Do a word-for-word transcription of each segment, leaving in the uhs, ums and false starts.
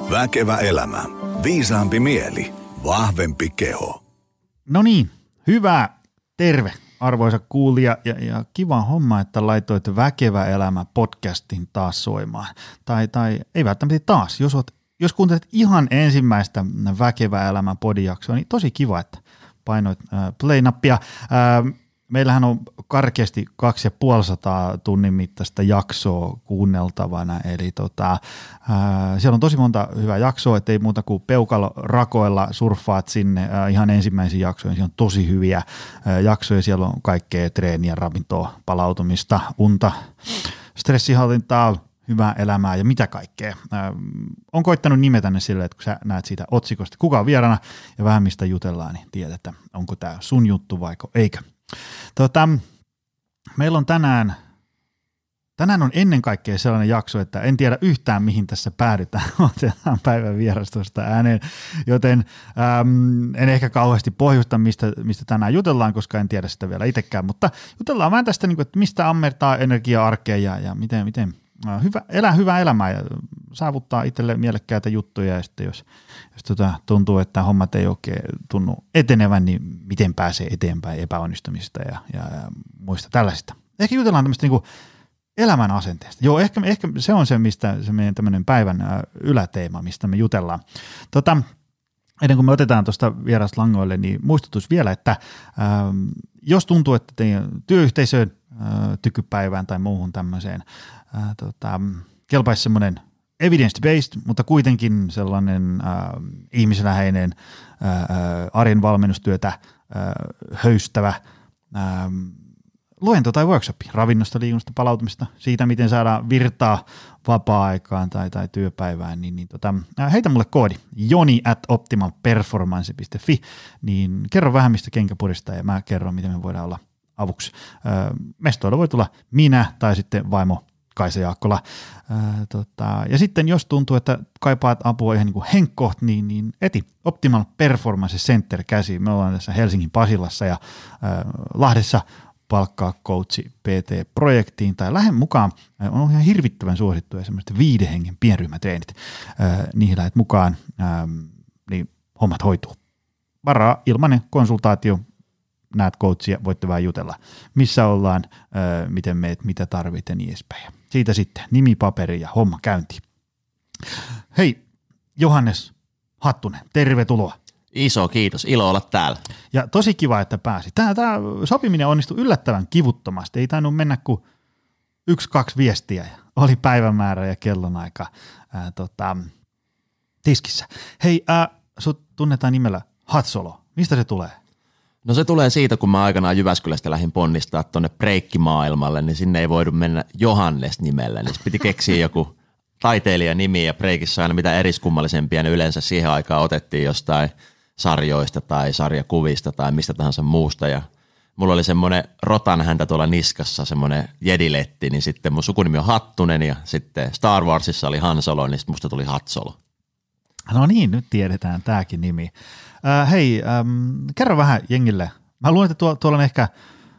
Väkevä elämä. Viisaampi mieli. Vahvempi keho. No niin, hyvää terve arvoisa kuulija ja, ja kiva homma, että laitoit Väkevä elämä podcastin taas soimaan. Tai, tai ei välttämättä taas, jos, oot, jos kuuntelet ihan ensimmäistä Väkevä elämä podijaksoa, niin tosi kiva, että painoit äh, play-nappia. Äh, Meillähän on karkeasti kaksi ja puolisataa tunnin mittaista jaksoa kuunneltavana, eli tota, ää, siellä on tosi monta hyvää jaksoa, ettei muuta kuin peukalo rakoilla surffaat sinne ää, ihan ensimmäisiin jaksoihin. Siellä on tosi hyviä ää, jaksoja, siellä on kaikkea treeniä, ravintoa, palautumista, unta, stressihallintaa, hyvää elämää ja mitä kaikkea. Ää, on koittanut nimetä ne silleen, että kun sä näet siitä otsikosta, kuka on vierana ja vähän mistä jutellaan, niin tiedät, että onko tämä sun juttu vaiko eikö. Tota, meillä on tänään, tänään on ennen kaikkea sellainen jakso, että en tiedä yhtään mihin tässä päädytään, otetaan päivän vierastosta ääneen, joten äm, en ehkä kauheasti pohjusta, mistä, mistä tänään jutellaan, koska en tiedä sitä vielä itsekään, mutta jutellaan vähän tästä, että mistä ammertaa energiaa arkeen ja, ja miten, miten äh, hyvä, elää hyvää elämää ja saavuttaa itselle mielekkäitä juttuja ja sitten jos, jos tota, tuntuu, että hommat ei oikein tunnu etenevän, niin miten pääsee eteenpäin epäonnistumisesta ja, ja, ja muista tällaisista. Ehkä jutellaan tämmöistä niinku elämän asenteesta. Joo, ehkä, ehkä se on se, mistä se meidän tämmöinen päivän ä, yläteema, mistä me jutellaan. Tota, ennen kuin me otetaan tuosta vierasta langoille, niin muistutus vielä, että ä, jos tuntuu, että teidän työyhteisöön, ä, tykypäivään tai muuhun tämmöiseen ä, tota, kelpaisi semmoinen evidence-based, mutta kuitenkin sellainen äh, ihmisläheinen äh, arjen valmennustyötä äh, höystävä äh, luento tai workshopi ravinnosta, liikunnasta, palautumista, siitä miten saadaan virtaa vapaa-aikaan tai, tai työpäivään, niin, niin tota, äh, heitä mulle koodi joni at optimal performance piste fi, niin kerro vähän mistä kenkä puristaa ja mä kerron miten me voidaan olla avuksi. Äh, mestoilla voi tulla minä tai sitten vaimo Kaisa Jaakkola. Ää, tota, ja sitten jos tuntuu, että kaipaat apua ihan niin kuin henkkoht, niin, niin eti Optimal Performance Center käsiin. Me ollaan tässä Helsingin Pasilassa ja ää, Lahdessa palkkaa coachi P T-projektiin tai lähden mukaan. Ää, on ihan hirvittävän suosittuja semmoiset viiden hengen pienryhmätreenit. Ää, niihin lähdet mukaan, ää, niin hommat hoituu. Varaa ilmainen konsultaatio. Näet coachia, voitte vähän jutella, missä ollaan, ää, miten meet, mitä tarvit ja niin edespäin. Siitä sitten nimi, paperi ja homma käyntiin. Hei, Johannes Hattunen, tervetuloa. Iso kiitos, ilo olla täällä. Ja tosi kiva, että pääsit. Tämä, tämä sopiminen onnistui yllättävän kivuttomasti. Ei tainnut mennä kuin yksi, kaksi viestiä. Oli päivämäärä ja kellonaika ää, tota, tiskissä. Hei, ää, sut tunnetaan nimellä Hatsolo. Mistä se tulee? No se tulee siitä, kun mä aikanaan Jyväskylästä lähdin ponnistaa tuonne breikkimaailmalle, niin sinne ei voidu mennä Johannes nimellä, niin piti keksiä joku taiteilijanimi ja breikissä aina mitä eriskummallisempia, ne yleensä siihen aikaan otettiin jostain sarjoista tai sarjakuvista tai mistä tahansa muusta ja mulla oli semmoinen rotan häntä tuolla niskassa, semmoinen jediletti, niin sitten mun sukunimi on Hattunen ja sitten Star Warsissa oli Han Solo, niin sitten musta tuli Hatsolo. No niin, nyt tiedetään tämäkin nimi. Äh, hei, ähm, kerro vähän jengille. Mä luulen, että tuo, tuolla on ehkä, äh,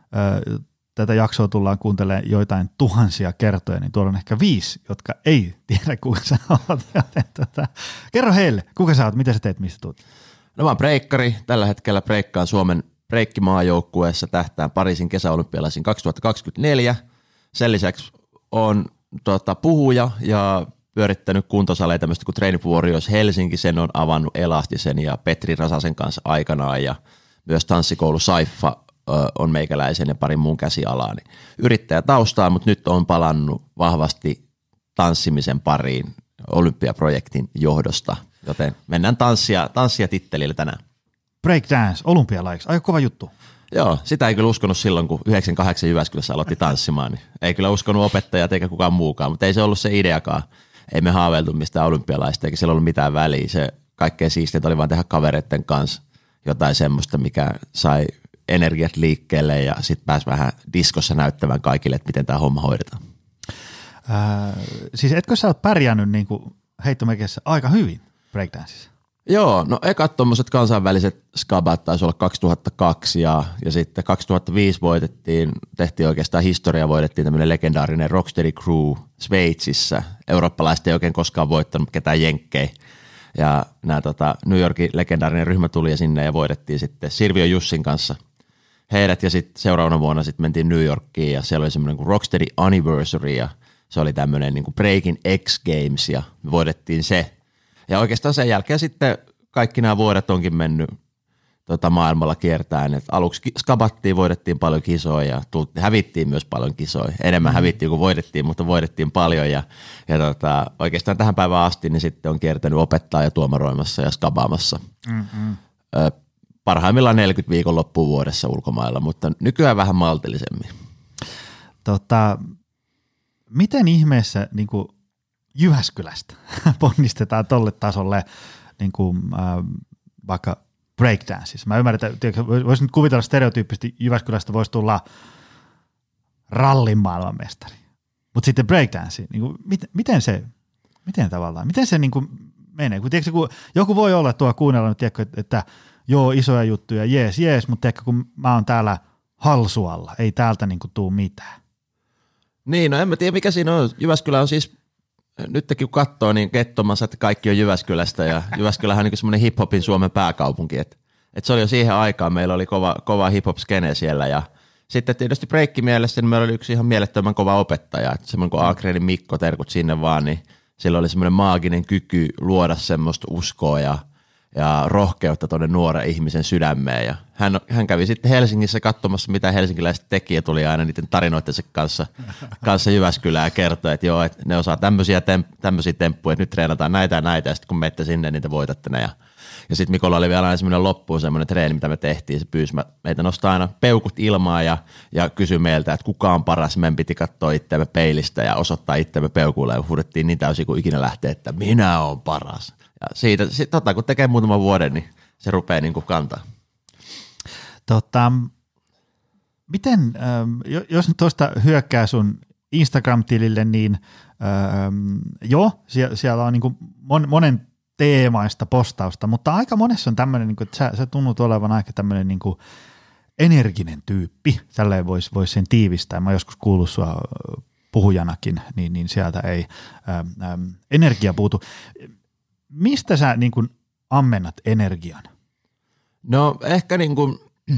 tätä jaksoa tullaan kuuntelemaan joitain tuhansia kertoja, niin tuolla on ehkä viisi, jotka ei tiedä, kuka sä oot. Joten, tota, kerro heille, kuka sä oot, mitä sä teet, mistä tulet? No mä oon breikkari. Tällä hetkellä breikkaan Suomen breikkimaajoukkueessa tähtään Pariisin kesäolympialaisiin kaksituhattakaksikymmentäneljä. Sen lisäksi on tota, puhuja ja pyörittänyt kuntosaleja tämmöistä kuin Training Warriors Helsinki, sen on avannut Elastisen ja Petri Rasasen kanssa aikanaan ja myös tanssikoulu Saifa ö, on meikäläisen ja parin muun käsialaa. Niin yrittäjä taustaa, mutta nyt on palannut vahvasti tanssimisen pariin olympiaprojektin johdosta, joten mennään tanssia, tanssia tittelillä tänään. Breakdance, olympialaiksi, aika kova juttu. Joo, sitä ei kyllä uskonut silloin, kun yhdeksänkymmentäkahdeksan Jyväskylässä aloitti tanssimaan, niin ei kyllä uskonut opettajat eikä kukaan muukaan, mutta ei se ollut se ideakaan. Ei me haaveiltu mistään olympialaista, eikä sillä ollut mitään väliä. Se kaikkein siistintä oli vaan tehdä kavereiden kanssa jotain semmoista, mikä sai energiat liikkeelle ja sitten pääsi vähän diskossa näyttämään kaikille, että miten tämä homma hoidetaan. Äh, siis etkö sä oot pärjännyt niin kuin heittomerkissä aika hyvin breakdanceissa? Joo, no ekat tommoset kansainväliset skabat taisi olla kaksituhattakaksi ja, ja sitten kaksituhattaviisi voitettiin, tehtiin oikeastaan historia, voitettiin tämmöinen legendaarinen Rocksteady Crew Sveitsissä. Eurooppalaiset ei oikein koskaan voittanut ketään jenkkejä Ja nämä tota, New Yorkin legendaarinen ryhmä tuli ja sinne ja voitettiin sitten Sirviö Jussin kanssa heidät ja sitten seuraavana vuonna sitten mentiin New Yorkiin ja siellä oli semmoinen kuin Rocksteady Anniversary ja se oli tämmöinen niin kuin Breakin X Games ja me voitettiin se. Ja oikeastaan sen jälkeen sitten kaikki nämä vuodet onkin mennyt tota, maailmalla kiertäen. Et aluksi skabattiin, voitettiin paljon kisoja ja tultiin, hävittiin myös paljon kisoja. Enemmän mm-hmm. hävittiin kuin voitettiin, mutta voitettiin paljon ja, ja tota, oikeastaan tähän päivään asti niin sitten on kiertänyt opettaa ja tuomaroimassa ja skabaamassa. Mm-hmm. Ö, parhaimmillaan neljäkymmentä viikonloppua vuodessa ulkomailla, mutta nykyään vähän maltillisemmin. Tota, miten ihmeessä niin kuin Jyväskylästä ponnistetaan tolle tasolle niin kuin, äh, vaikka breakdanceissa? Mä ymmärrän, että voisi nyt kuvitella stereotyyppisesti Jyväskylästä voisi tulla rallin maailmanmestari, mutta sitten breakdance, niin kuin, miten, miten se, miten tavallaan, miten se niin kuin menee? Kun, tiedätkö, kun joku voi olla tuo kuunnella nyt, tiedätkö, että, että joo, isoja juttuja, jees, jees, mutta tiedätkö, kun mä oon täällä Halsualla, ei täältä niin kuin tuu mitään. Niin, no en mä tiedä mikä siinä on. Jyväskylä on siis, nytkin kun katsoo, niin kettomassa, että kaikki on Jyväskylästä ja Jyväskylähän on niin semmoinen hip-hopin Suomen pääkaupunki, että et se oli jo siihen aikaan, meillä oli kova, kova hip-hop-skene siellä ja sitten tietysti breikkimielessä niin meillä oli yksi ihan mielettömän kova opettaja, että semmoinen kuin Agrenin Mikko, terkut sinne vaan, niin sillä oli semmoinen maaginen kyky luoda semmoista uskoa ja ja rohkeutta tuonne nuoren ihmisen sydämeen. Ja hän, hän kävi sitten Helsingissä katsomassa, mitä helsinkiläiset teki, ja tuli aina niiden tarinoittensa kanssa, kanssa Jyväskylään ja kertoi, että joo, että ne osaa tämmöisiä, temp, tämmöisiä temppuja, että nyt treenataan näitä ja näitä, ja sitten kun menette sinne, niin te voitatte ne. Ja, ja sitten Mikolla oli vielä aina semmoinen loppuun semmoinen treeni, mitä me tehtiin. Se pyysi meitä nostaa aina peukut ilmaan ja, ja kysyi meiltä, että kuka on paras. Meidän piti katsoa itseämme peilistä ja osoittaa itseämme peukuille, ja huudettiin niin täysin kuin ikinä lähtee, että minä olen paras. Ja siitä, sit, tota, kun tekee muutaman vuoden, niin se rupeaa niin kuin kantaa. Tota, miten, jos nyt tuosta hyökkää sun Instagram-tilille, niin joo, siellä, siellä on niin kuin mon, monen teemaista postausta, mutta aika monessa on tämmöinen, niin kuin, että sä, sä tunnut olevan aika tämmöinen niin kuin energinen tyyppi, tälleen voisi vois sen tiivistää. Mä oon joskus kuullut sua puhujanakin, niin, niin sieltä ei ää, energia puutu. Mistä sä niin kuin ammennat energian? No ehkä niin kuin,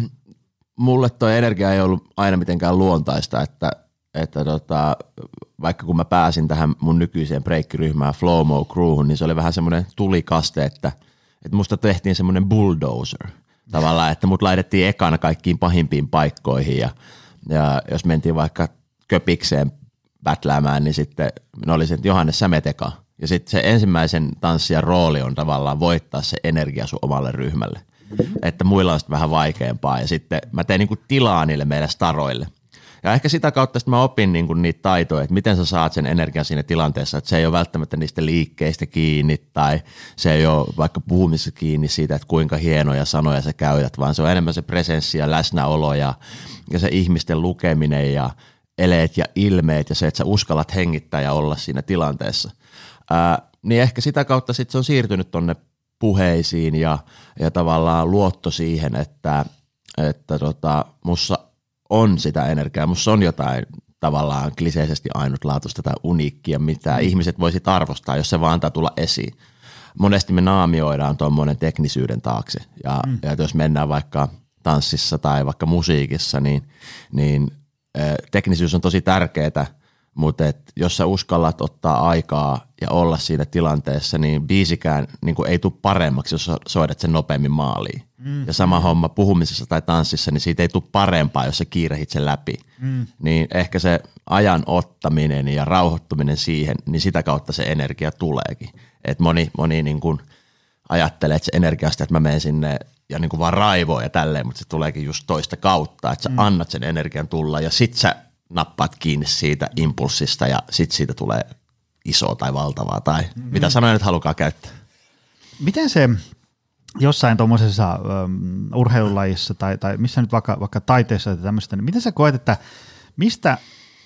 mulle toi energia ei ollut aina mitenkään luontaista, että, että tota, vaikka kun mä pääsin tähän mun nykyiseen breikkiryhmään Flow Mo Crewhun, niin se oli vähän semmoinen tulikaste, että, että musta tehtiin semmoinen bulldozer tavallaan, että mut laitettiin ekana kaikkiin pahimpiin paikkoihin ja, ja jos mentiin vaikka Köpikseen bätläämään, niin sitten ne oli se, että Johannes sä meet eka. Ja sitten se ensimmäisen tanssijan rooli on tavallaan voittaa se energia sun omalle ryhmälle. Mm-hmm. Että muilla on sitten vähän vaikeampaa. Ja sitten mä tein niinku tilaa niille meidän staroille. Ja ehkä sitä kautta sitten mä opin niinku niitä taitoja, että miten sä saat sen energian siinä tilanteessa. Että se ei ole välttämättä niistä liikkeistä kiinni tai se ei ole vaikka puhumisessa kiinni siitä, että kuinka hienoja sanoja sä käytät, vaan se on enemmän se presenssi ja läsnäolo ja, ja se ihmisten lukeminen ja eleet ja ilmeet ja se, että sä uskallat hengittää ja olla siinä tilanteessa. Ää, niin ehkä sitä kautta sitten se on siirtynyt tonne puheisiin ja, ja tavallaan luotto siihen, että, että tota, mussa on sitä energiaa, mussa on jotain tavallaan kliseisesti ainutlaatuista tai uniikkia, mitä ihmiset voisit arvostaa, jos se vaan antaa tulla esiin. Monesti me naamioidaan tuommoinen teknisyyden taakse ja, mm. ja jos mennään vaikka tanssissa tai vaikka musiikissa, niin, niin ä, teknisyys on tosi tärkeää. Mutta jos sä uskallat ottaa aikaa ja olla siinä tilanteessa, niin biisikään niin ei tule paremmaksi, jos soidat sen nopeammin maaliin. Mm. Ja sama homma puhumisessa tai tanssissa, niin siitä ei tule parempaa, jos sä kiirehit sen läpi. Mm. Niin ehkä se ajan ottaminen ja rauhoittuminen siihen, niin sitä kautta se energia tuleekin. Et moni moni niin kun ajattelee, että se energiasta, että mä menen sinne ja niin kun vaan raivoa ja tälleen, mutta se tuleekin just toista kautta, että sä mm. annat sen energian tulla ja sit sä nappaat kiinni siitä impulssista ja sit siitä tulee iso tai valtavaa tai mm-hmm. mitä sanoja nyt halukaa käyttää. Miten se jossain tuommoisessa um, urheilulajissa tai, tai missä nyt vaikka, vaikka taiteessa tai tämmöistä, niin miten sä koet, että mistä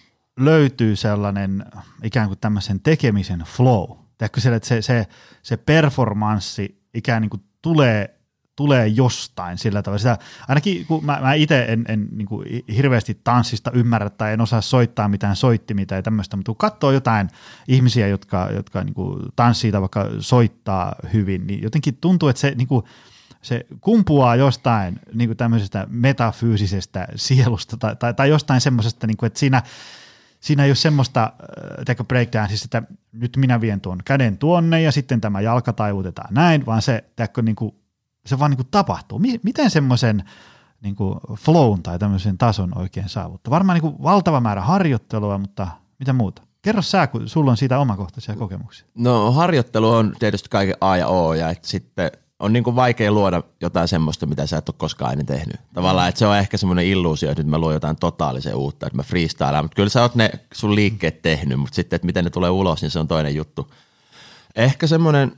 löytyy sellainen ikään kuin tämmöisen tekemisen flow? Tehdäänkö siellä, että se, se, se performanssi ikään niin kuin tulee tulee jostain sillä tavalla. Sitä, ainakin kun mä, mä itse en, en niin kuin hirveästi tanssista ymmärrä tai en osaa soittaa mitään soittimia tai tämmöistä, mutta kun katsoo jotain ihmisiä, jotka, jotka niin kuin tanssii tai vaikka soittaa hyvin, niin jotenkin tuntuu, että se, niin kuin, se kumpuaa jostain niin kuin tämmöisestä metafyysisestä sielusta tai, tai, tai jostain semmoisesta, niin kuin, että siinä Siinä ei ole semmoista teko breakdanceista, että nyt minä vien tuon käden tuonne ja sitten tämä jalka taivutetaan näin, vaan se, teko, niin kuin, se vaan niin kuin tapahtuu. Miten semmoisen niin kuin flown tai tämmöisen tason oikein saavuttaa? Varmaan niin kuin valtava määrä harjoittelua, mutta mitä muuta? Kerro sä, kun sulla on siitä omakohtaisia kokemuksia. No harjoittelu on tietysti kaiken A ja O ja että sitten on niin kuin vaikea luoda jotain semmoista, mitä sä et ole koskaan ennen tehnyt. Tavallaan, että se on ehkä semmoinen illuusio, että nyt mä luon jotain totaalisen uutta, että mä freestylaan, mutta kyllä sä oot ne sun liikkeet tehnyt, mutta sitten, että miten ne tulee ulos, niin se on toinen juttu. Ehkä semmoinen,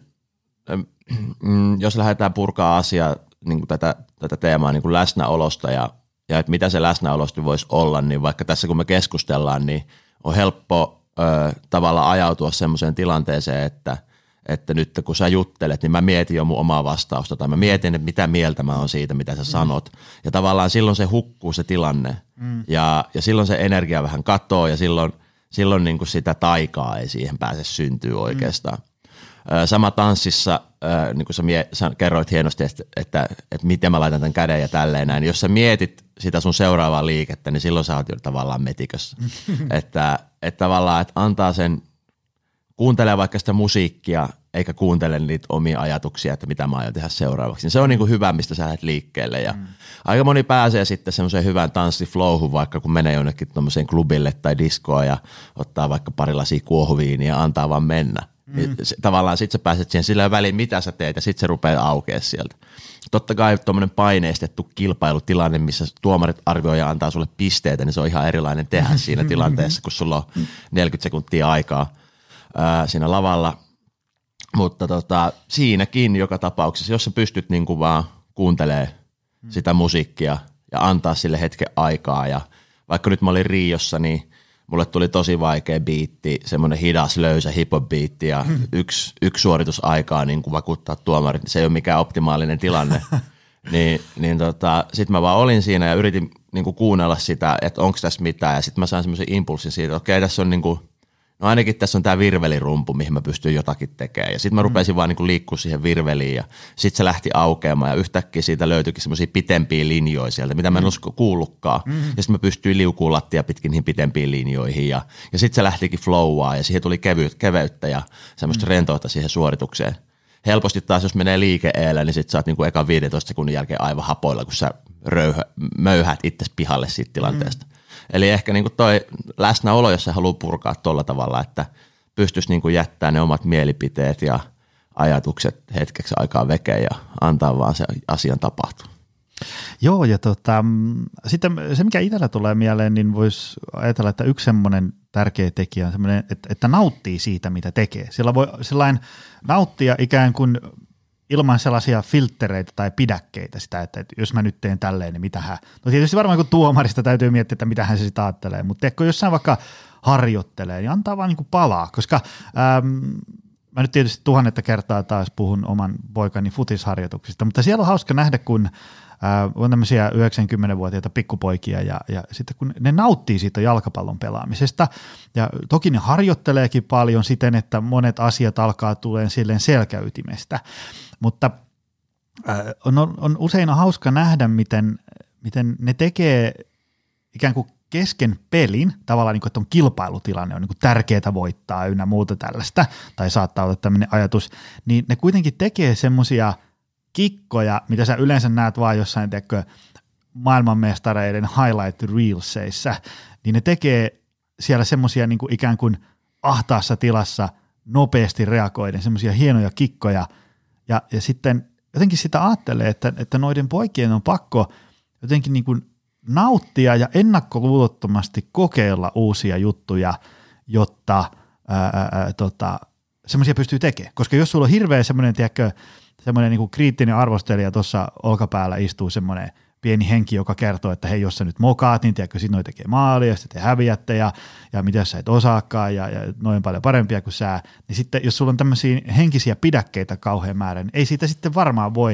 jos lähdetään purkaa asiaa, niin kuin tätä, tätä teemaa niin kuin läsnäolosta ja, ja että mitä se läsnäolosta voisi olla, niin vaikka tässä kun me keskustellaan, niin on helppo ö, tavallaan ajautua semmoiseen tilanteeseen, että että nyt kun sä juttelet, niin mä mietin jo mun omaa vastausta tai mä mietin, että mitä mieltä mä oon siitä, mitä sä sanot. Ja tavallaan silloin se hukkuu se tilanne mm. ja, ja silloin se energia vähän katoo ja silloin, silloin niin kuin sitä taikaa ei siihen pääse syntyä oikeastaan. Mm. Sama tanssissa, niin kuin sä, mie- sä kerroit hienosti, että, että, että miten mä laitan tämän käden ja tälleen näin. Jos sä mietit sitä sun seuraavaa liikettä, niin silloin sä oot jo tavallaan metikössä. että, että tavallaan, että antaa sen, kuuntelee vaikka sitä musiikkia, eikä kuuntele niitä omia ajatuksia, että mitä mä aion tehdä seuraavaksi. Niin se on niin kuin hyvä, mistä sä lähdet liikkeelle. Ja mm. aika moni pääsee sitten semmoiseen hyvään tanssiflowhun, vaikka kun menee jonnekin tommoseen klubille tai diskoon ja ottaa vaikka pari lasia kuohuviiniä ja antaa vaan mennä. Mm. Se, tavallaan sit sä pääset siihen sillä väliin, mitä sä teet ja sit se rupeaa aukeaa sieltä. Totta kai tommonen paineistettu kilpailutilanne, missä tuomarit arvioi ja antaa sulle pisteitä, niin se on ihan erilainen tehdä siinä tilanteessa, kun sulla on neljäkymmentä sekuntia aikaa ää, siinä lavalla. Mutta tota, siinäkin joka tapauksessa, jos sä pystyt niin kuin vaan kuuntelemaan hmm. sitä musiikkia ja antaa sille hetken aikaa ja vaikka nyt mä olin Riossa, niin mulle tuli tosi vaikea biitti, semmoinen hidas, löysä hip-hop-biitti ja hmm. yksi, yksi suoritus aikaa niin kuin vakuuttaa tuomarit, se ei ole mikään optimaalinen tilanne. niin niin tota, sitten mä vaan olin siinä ja yritin niin kuin kuunnella sitä, että onko tässä mitään ja sitten mä sain semmoisen impulssin siitä, että okei tässä on niin kuin no ainakin tässä on tämä virvelirumpu, mihin mä pystyn jotakin tekemään. Ja sitten mä rupesin mm. vaan niinku liikkua siihen virveliin ja sitten se lähti aukeamaan ja yhtäkkiä siitä löytyikin semmoisia pitempiä linjoja sieltä, mitä mä en olisi kuullutkaan. Mm. Ja sitten mä pystyin liukuun lattia pitkin niihin pitempiin linjoihin ja, ja sitten se lähtikin flowaa ja siihen tuli kevy, keveyttä ja semmoista mm. rentoutta siihen suoritukseen. Helposti taas, jos menee liike-eellä, niin sitten sä oot niinku ekan viidentoista sekunnin jälkeen aivan hapoilla, kun sä röyhä, möyhät itsesi pihalle siitä tilanteesta. Mm. Eli ehkä niinku toi läsnäolo, jos se haluaa purkaa tuolla tavalla, että pystyisi niinku jättämään ne omat mielipiteet ja ajatukset hetkeksi aikaa vekeen ja antaa vaan se asian tapahtua. Joo, ja tota, sitten se, mikä itsellä tulee mieleen, niin voisi ajatella, että yksi semmoinen tärkeä tekijä on semmoinen, että, että nauttii siitä, mitä tekee. Sillä voi sellainen nauttia ikään kuin ilman sellaisia filttereitä tai pidäkkeitä sitä, että, että jos mä nyt teen tälleen, niin mitähän. No tietysti varmaan kun tuomarista täytyy miettiä, että mitähän se sitä ajattelee, mutta ehkä jossain vaikka harjoittelee, niin antaa vaan niin kuin palaa, koska äm, mä nyt tietysti tuhannetta kertaa taas puhun oman poikani futisharjoituksista, mutta siellä on hauska nähdä, kun äh, on tämmöisiä yhdeksänkymmenvuotiaita pikkupoikia ja, ja sitten kun ne nauttii siitä jalkapallon pelaamisesta ja toki ne harjoitteleekin paljon siten, että monet asiat alkaa tulemaan silleen selkäytimestä, mutta äh, on, on usein hauska nähdä, miten, miten ne tekee ikään kuin kesken pelin, tavallaan niin kuin, että on kilpailutilanne, on niin kuin tärkeää voittaa ynnä muuta tällaista, tai saattaa olla tämmöinen ajatus, niin ne kuitenkin tekee semmoisia kikkoja, mitä sä yleensä näet vaan jossain teekö maailmanmestareiden highlight reelseissa, niin ne tekee siellä semmoisia niin kuin ikään kuin ahtaassa tilassa nopeasti reagoiden, semmoisia hienoja kikkoja, ja, ja sitten jotenkin sitä ajattelee, että, että noiden poikien on pakko jotenkin niin kuin nauttia ja ennakkoluulottomasti kokeilla uusia juttuja, jotta ää, ää, tota, semmoisia pystyy tekemään. Koska jos sulla on hirveä semmoinen, tiedätkö, semmoinen niin kuin kriittinen arvostelija tuossa olkapäällä istuu semmoinen pieni henki, joka kertoo, että hei, jos sä nyt mokaat, niin tiedätkö, sit noi tekee maalia, ja sitten te häviätte, ja, ja mitä sä et osaakaan, ja, ja noin paljon parempia kuin sä, niin sitten jos sulla on tämmöisiä henkisiä pidäkkeitä kauhean määrä, niin ei siitä sitten varmaan voi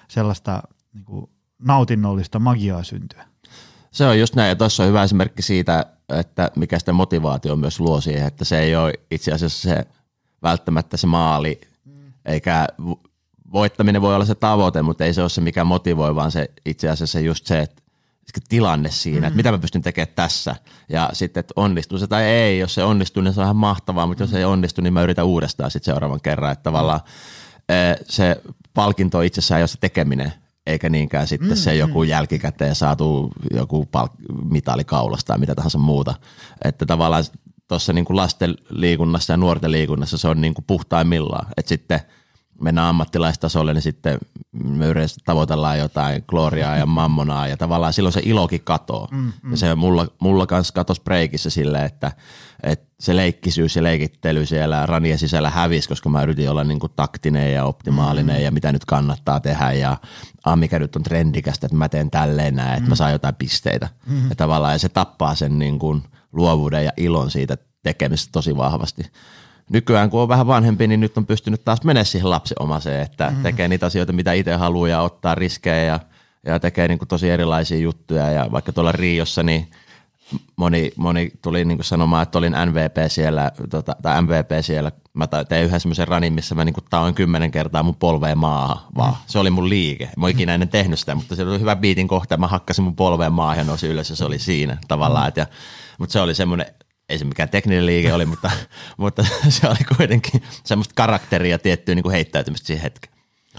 sellaista niin kuin nautinnollista magiaa syntyä. Se on just näin, ja tuossa on hyvä esimerkki siitä, että mikä sitä motivaatio myös luo siihen, että se ei ole itse asiassa se välttämättä se maali, eikä voittaminen voi olla se tavoite, mutta ei se ole se, mikä motivoi, vaan se itse asiassa just se, että tilanne siinä, mm-hmm. että mitä mä pystyn tekemään tässä, ja sitten, että onnistuu se tai ei, jos se onnistuu, niin se on ihan mahtavaa, mutta jos ei onnistu, niin mä yritän uudestaan sitten seuraavan kerran, että tavallaan se palkinto itsessään ei ole se tekeminen, eikä niinkään sitten mm-hmm. se joku jälkikäteen saatu joku palk- mitali kaulasta tai mitä tahansa muuta, että tavallaan tuossa niin kuin lasten liikunnassa ja nuorten liikunnassa se on niin kuin puhtaimmillaan, että sitten mennään ammattilaistasolle, niin sitten me yleensä tavoitellaan jotain gloriaa ja mammonaa ja tavallaan silloin se ilokin katoo. Mm, mm. Ja se mulla, mulla kanssa katosi breikissä silleen, että, että se leikkisyys ja leikittely siellä ranien sisällä hävisi, koska mä yritin olla niin kuin taktinen ja optimaalinen mm. ja mitä nyt kannattaa tehdä ja ah, mikä nyt on trendikästä, että mä teen tälleen näin, että mm. mä saan jotain pisteitä. Mm. Ja tavallaan ja se tappaa sen niin kuin luovuuden ja ilon siitä tekemisestä tosi vahvasti. Nykyään, kun on vähän vanhempi, niin nyt on pystynyt taas menemään siihen lapsenomaiseen, että mm-hmm. tekee niitä asioita, mitä itse haluaa ja ottaa riskejä ja, ja tekee niin kuin tosi erilaisia juttuja. Ja vaikka tuolla Riossa, niin moni, moni tuli niin kuin sanomaan, että olin M V P siellä, tota, tai M V P siellä. Mä tein yhden semmoisen ranin, missä mä niin kuin taoin kymmenen kertaa mun polveen maahan vaan. Mm. Se oli mun liike. Mä oon ikinä ennen tehnyt sitä, mutta se oli hyvä biitin kohta. Mä hakkasin mun polveen maahan ja nousin ylös ja se oli siinä tavallaan. Mm. Ja, mutta se oli semmoinen, ei se mikään tekninen liike oli, mutta, mutta se oli kuitenkin semmoista karakteria tiettyä niin kuin heittäytymistä siihen hetkeen.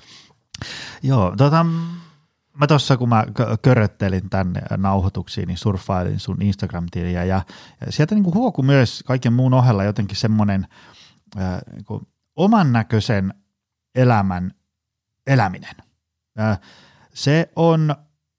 Joo, tota, mä tuossa kun mä köröttelin tänne nauhoituksiin, niin surffailin sun Instagram-tiliä ja, ja sieltä niin kuin huoku myös kaiken muun ohella jotenkin semmoinen äh, niin kuin oman näköisen elämän eläminen. Äh, se on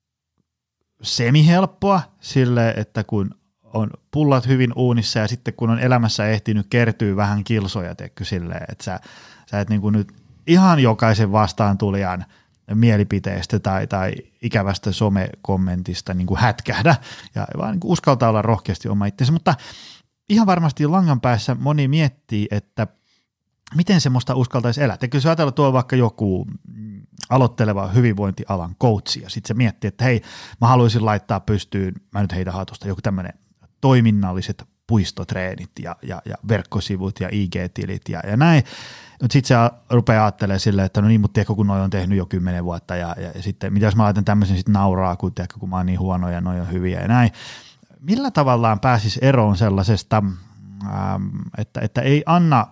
semihelppoa sille, että kun on pullat hyvin uunissa ja sitten kun on elämässä ehtinyt kertyä vähän kilsoja, teekö silleen, että sä, sä et niin kuin nyt ihan jokaisen vastaan tulijan mielipiteestä tai, tai ikävästä somekommentista niin kuin hätkähdä ja vaan niin kuin uskaltaa olla rohkeasti oma itsensä, mutta ihan varmasti langan päässä moni miettii, että miten semmoista uskaltaisi elää. Eikö se ajatella tuolla vaikka joku aloitteleva hyvinvointialan coachi ja sitten se miettii, että hei, mä haluaisin laittaa pystyyn, mä nyt heitä hatusta, joku tämmöinen toiminnalliset puistotreenit ja, ja, ja verkkosivut ja I G-tilit ja, ja näin. Mutta sitten se rupeaa ajattelemaan silleen, että no niin, mutta tiedätkö, kun noi on tehnyt jo kymmenen vuotta ja, ja, ja sitten mitä jos mä laitan tämmöisen sitten nauraa, kun tiedätkö, kun mä oon niin huono ja noi on hyviä ja näin. Millä tavallaan pääsisi eroon sellaisesta, ähm, että, että ei anna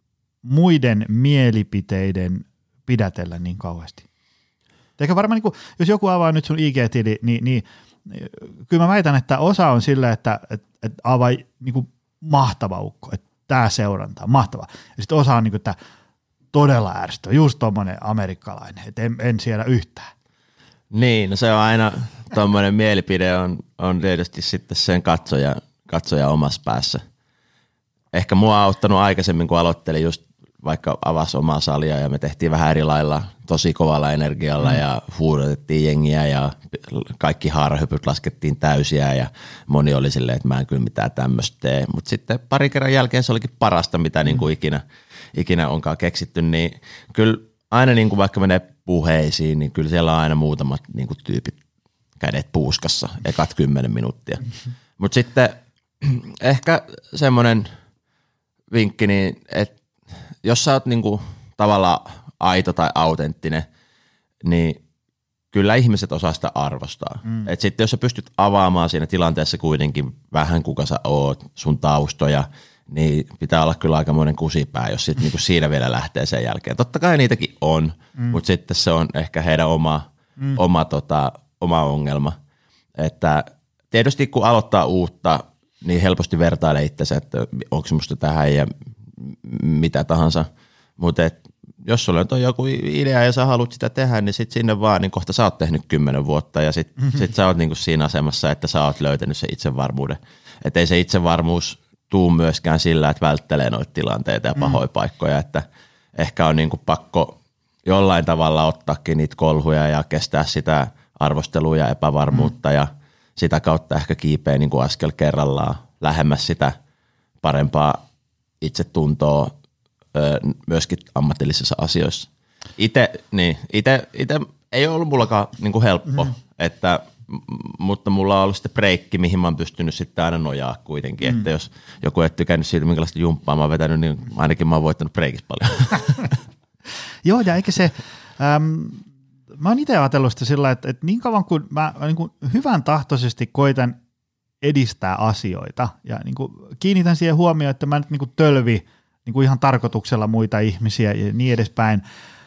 muiden mielipiteiden pidätellä niin kauheasti? Eikä varmaan, niin kuin, jos joku avaa nyt sun I G-tili, niin, niin kyllä mä väitän, että osa on sillä, että, että, että avaa niin kuin mahtava ukko, että tämä seuranta on mahtava. Ja sitten osa on niin kuin, että todella ärsyttävä, just tommoinen amerikkalainen, että en, en siellä yhtään. Niin, no se on aina, tommoinen mielipide on, on tietysti sitten sen katsoja, katsoja omassa päässä. Ehkä mua on auttanut aikaisemmin, kun aloittelin just vaikka avasi omaa salia ja me tehtiin vähän eri lailla, tosi kovalla energialla mm. ja huudotettiin jengiä ja kaikki haarahypyt laskettiin täysiä ja moni oli silleen, että mä en kyllä mitään tämmöistä tee. Mutta sitten pari kerran jälkeen se olikin parasta, mitä mm. niin kuin ikinä, ikinä onkaan keksitty, niin kyllä aina niin kuin vaikka menee puheisiin, niin kyllä siellä on aina muutamat niin kuin tyypit kädet puuskassa, ekat kymmenen minuuttia. Mm-hmm. Mutta sitten ehkä semmoinen vinkki, niin että jos sä oot niinku tavallaan aito tai autenttinen, niin kyllä ihmiset osaa sitä arvostaa. Mm. Et sitten jos sä pystyt avaamaan siinä tilanteessa kuitenkin vähän kuka sä oot, sun taustoja, niin pitää olla kyllä aikamoinen kusipää, jos sit niinku siinä vielä lähtee sen jälkeen. Totta kai niitäkin on, mm. mutta sitten se on ehkä heidän oma, mm. oma, tota, oma ongelma. Että tietysti kun aloittaa uutta, niin helposti vertailee itsensä, että onko musta tähän ja mitä tahansa, mutta jos sulla on joku idea ja sä haluat sitä tehdä, niin sit sinne vaan, niin kohta sä oot tehnyt kymmenen vuotta ja sit, mm-hmm. sit sä oot niinku siinä asemassa, että sä oot löytänyt sen itsevarmuuden. Että ei se itsevarmuus tuu myöskään sillä, että välttelee noita tilanteita ja pahoja mm. paikkoja, että ehkä on niinku pakko jollain tavalla ottaakin niitä kolhuja ja kestää sitä arvostelua ja epävarmuutta mm. ja sitä kautta ehkä kiipeä niinku askel kerrallaan lähemmäs sitä parempaa itsetuntoa öö, myöskin ammatillisissa asioissa. Ite, niin, ite, ite ei ollut mullakaan niin kuin helppo, mm. että, mutta mulla on ollut sitten breikki, mihin mä oon pystynyt sitten aina nojaa kuitenkin, mm. että jos joku ei tykännyt siitä, minkälaista jumppaa mä oon vetänyt, niin ainakin mä oon voittanut breikissä paljon. Joo, ja eikä se, äm, mä oon itse ajatellut sitä sillä, että, että niin kauan kuin mä niin kuin hyvän tahtoisesti koitan edistää asioita ja niin kuin kiinnitän siihen huomioon, että mä nyt niin kuin tölvi niin kuin ihan tarkoituksella muita ihmisiä ja niin edespäin,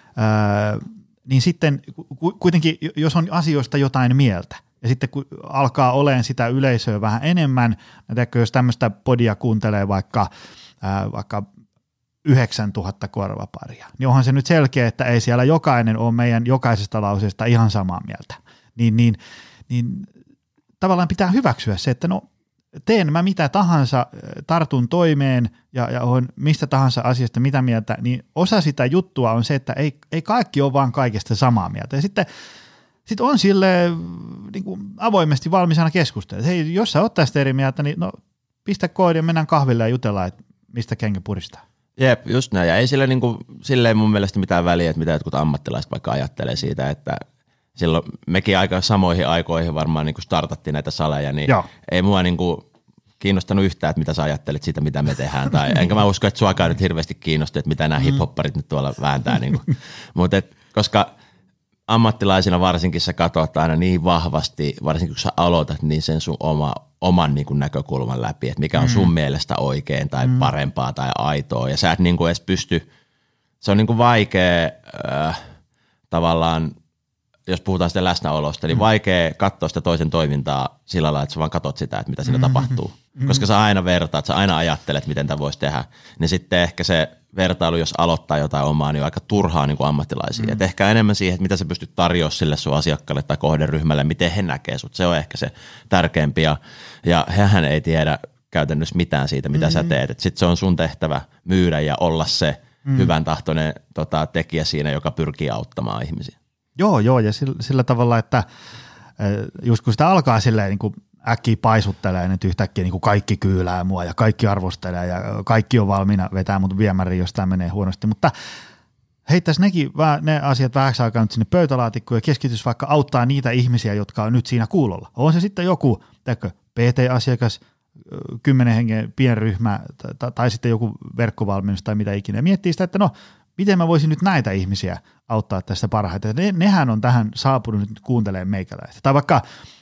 öö, niin sitten kuitenkin, jos on asioista jotain mieltä, ja sitten kun alkaa olemaan sitä yleisöä vähän enemmän, näettekö, jos tämmöistä podia kuuntelee vaikka, ää, vaikka yhdeksäntuhatta korvaparia, niin onhan se nyt selkeä, että ei siellä jokainen ole meidän jokaisesta lauseesta ihan samaa mieltä. Niin, niin, niin tavallaan pitää hyväksyä se, että no teen mä mitä tahansa, tartun toimeen ja, ja on mistä tahansa asiasta mitä mieltä, niin osa sitä juttua on se, että ei, ei kaikki ole vaan kaikesta samaa mieltä. Ja sitten sit on sille niin kuin avoimesti valmis aina keskustella. Hei, jos sä oot tästä eri mieltä, niin no pistä koodi ja mennään kahville ja jutellaan, että mistä kenkä puristaa. Jep, just näin. Ja ei sille niin kuin, silleen mun mielestä mitään väliä, että mitä jotkut ammattilaiset vaikka ajattelee siitä, että silloin mekin aika samoihin aikoihin varmaan niin kuin startattiin näitä saleja, niin Joo. ei mua niin kuin kiinnostanut yhtään, että mitä sä ajattelet siitä, mitä me tehdään. Tai enkä mä usko, että suakaan nyt hirveästi kiinnosti, että mitä nämä mm. hip-hopparit nyt tuolla vääntää. Niin kuin. Mut et, koska ammattilaisina varsinkin sä katsot aina niin vahvasti, varsinkin kun sä aloitat, niin sen sun oma, oman niin kuin näkökulman läpi, että mikä on sun mm. mielestä oikein tai mm. parempaa tai aitoa. Ja sä et niin kuin edes pysty, se on niin kuin vaikea äh, tavallaan, jos puhutaan sitä läsnäolosta, niin vaikea katsoa sitä toisen toimintaa sillä lailla, että sä vaan katsot sitä, että mitä siinä mm-hmm. tapahtuu. Mm-hmm. Koska sä aina vertaat, sä aina ajattelet, miten tämä voisi tehdä. Niin sitten ehkä se vertailu, jos aloittaa jotain omaa, niin on aika turhaa niin kuin ammattilaisia. Mm-hmm. Et ehkä enemmän siihen, että mitä sä pystyt tarjoamaan sille sun asiakkaalle tai kohderyhmälle, miten he näkee sut. Se on ehkä se tärkeämpi. Ja, ja hehän ei tiedä käytännössä mitään siitä, mitä mm-hmm. sä teet. Sitten se on sun tehtävä myydä ja olla se mm-hmm. hyvän tahtoinen tota, tekijä siinä, joka pyrkii auttamaan ihmisiä. Joo, joo, ja sillä, sillä tavalla, että just kun sitä alkaa silleen niin kuin äkkiä paisuttelee, niin yhtäkkiä niin kuin kaikki kyylää mua ja kaikki arvostelee ja kaikki on valmiina vetää mut viemäriin, jos tämä menee huonosti, mutta heittäisi nekin ne asiat vähäksi aikaa nyt sinne pöytälaatikkoon ja keskitys vaikka auttaa niitä ihmisiä, jotka on nyt siinä kuulolla. On se sitten joku, teekö, P T-asiakas, kymmenen hengen pienryhmä tai, tai sitten joku verkkovalmennus tai mitä ikinä. Ja miettii sitä, että no, miten mä voisin nyt näitä ihmisiä auttaa tästä parhaiten. Ne, nehän on tähän saapunut nyt kuuntelemaan meikäläistä. Tai vaikka,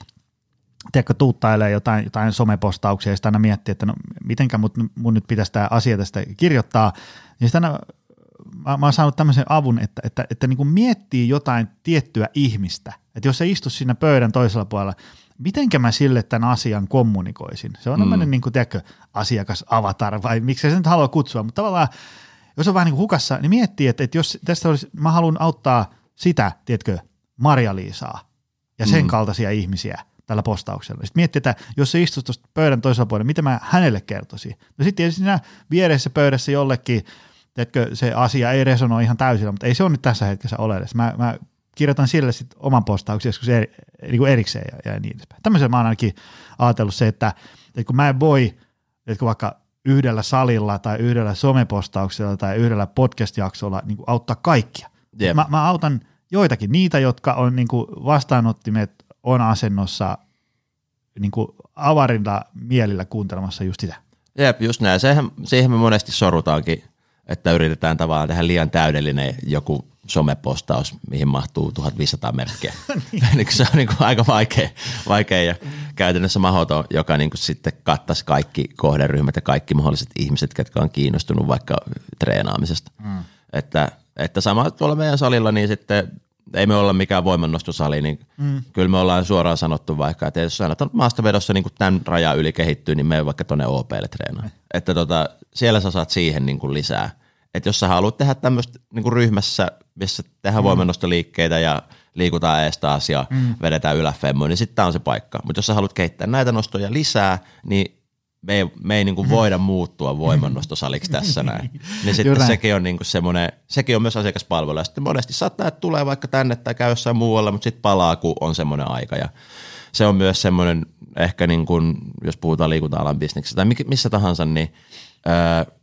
tiedätkö, tuuttailee jotain, jotain somepostauksia ja sitten aina miettii, että no mitenkä mut, mun nyt pitäisi tämä asia tästä kirjoittaa. Niin sitten aina, mä, mä oon saanut tämmöisen avun, että, että, että niin kuin miettii jotain tiettyä ihmistä. Että jos se istu siinä pöydän toisella puolella, mitenkä mä sille tämän asian kommunikoisin. Se on mm. tämmöinen niin kuin, tiedätkö, asiakasavatar vai miksi se nyt haluaa kutsua, mutta tavallaan jos on vähän niin kuin hukassa, niin miettii, että, että jos tästä olisi, mä haluan auttaa sitä, tiedätkö, Marja-Liisaa ja sen mm. kaltaisia ihmisiä tällä postauksella. Sitten miettii, että jos se istuisi tuosta pöydän toisella puolella, mitä mä hänelle kertoisin. No sitten tietysti siinä vieressä pöydässä jollekin, tiedätkö, se asia ei resonoi ihan täysillä, mutta ei se ole nyt tässä hetkessä oleellista. Mä, mä kirjoitan sille sitten oman postauksen joskus eri, niin kuin erikseen ja, ja niin edespäin. Tämmöisen mä oon ainakin ajatellut se, että, että kun mä en voi, että vaikka yhdellä salilla tai yhdellä somepostauksella tai yhdellä podcast-jaksolla niin kuin auttaa kaikkia. Yep. Mä, mä autan joitakin, niitä, jotka on niin kuin vastaanottimet, on asennossa niin kuin avarilla mielillä kuuntelemassa just sitä. Jep, just näin. Siihen, siihen me monesti sorrutaankin, että yritetään tavallaan tehdä liian täydellinen joku somepostaus, mihin mahtuu tuhatviisisataa merkkiä. niin. Se on niin kuin aika vaikea, vaikea ja käytännössä mahdoton, joka niin kuin sitten kattaisi kaikki kohderyhmät ja kaikki mahdolliset ihmiset, jotka on kiinnostunut vaikka treenaamisesta. Mm. Että, että sama tuolla meidän salilla, niin sitten ei me olla mikään voimannostosali, niin mm. kyllä me ollaan suoraan sanottu vaikka, että jos aina maastavedossa niin kuin tämän rajan yli kehittyy, niin me vaikka tuonne O P:lle treenaan. Mm. Että tota, siellä sä saat siihen niin kuin lisää. Että jos sä haluat tehdä tämmöistä niin kuin ryhmässä, missä tehdään mm. voimannostoliikkeitä ja liikutaan ees taas ja mm. vedetään yläfemmoja, niin sitten tämä on se paikka. Mutta jos sä haluat kehittää näitä nostoja lisää, niin me ei, me ei niin kuin voida muuttua voimannostosaliksi tässä näin. Niin sitten sekin on niin kuin semmoinen, sekin on myös asiakaspalvelu. Ja sitten monesti saattaa, että tulee vaikka tänne tai käy jossain muualla, mutta sitten palaa, kun on semmoinen aika. Ja se on myös semmoinen, ehkä niin kuin, jos puhutaan liikunta-alan bisneksestä tai missä tahansa, niin öö,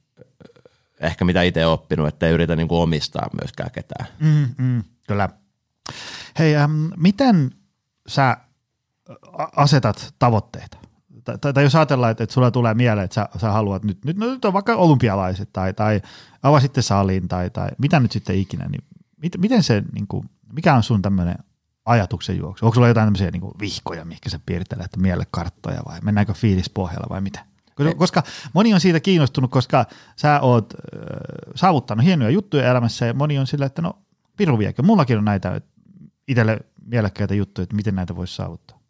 ehkä mitä itse oppinut, että ei yritä niin kuin omistaa myöskään ketään. Mm, mm, kyllä. Hei, ähm, miten sä asetat tavoitteita? Tai, tai jos ajatellaan, että, että sulla tulee mieleen, että sä, sä haluat nyt, nyt, nyt on vaikka olympialaiset tai, tai avasitte salin tai, tai mitä nyt sitten ikinä, niin mit, miten se, niin kuin, mikä on sun tämmöinen ajatuksen juoksu? Onko sulla jotain tämmöisiä niin kuin vihkoja, mihinkä sä piirtelet mielekarttoja vai mennäänkö fiilispohjalla vai mitä? Koska moni on siitä kiinnostunut, koska sä oot äh, saavuttanut hienoja juttuja elämässä ja moni on sillä, että no piru viekö, mullakin on näitä itselle mielekkäitä juttuja, että miten näitä voisi saavuttaa.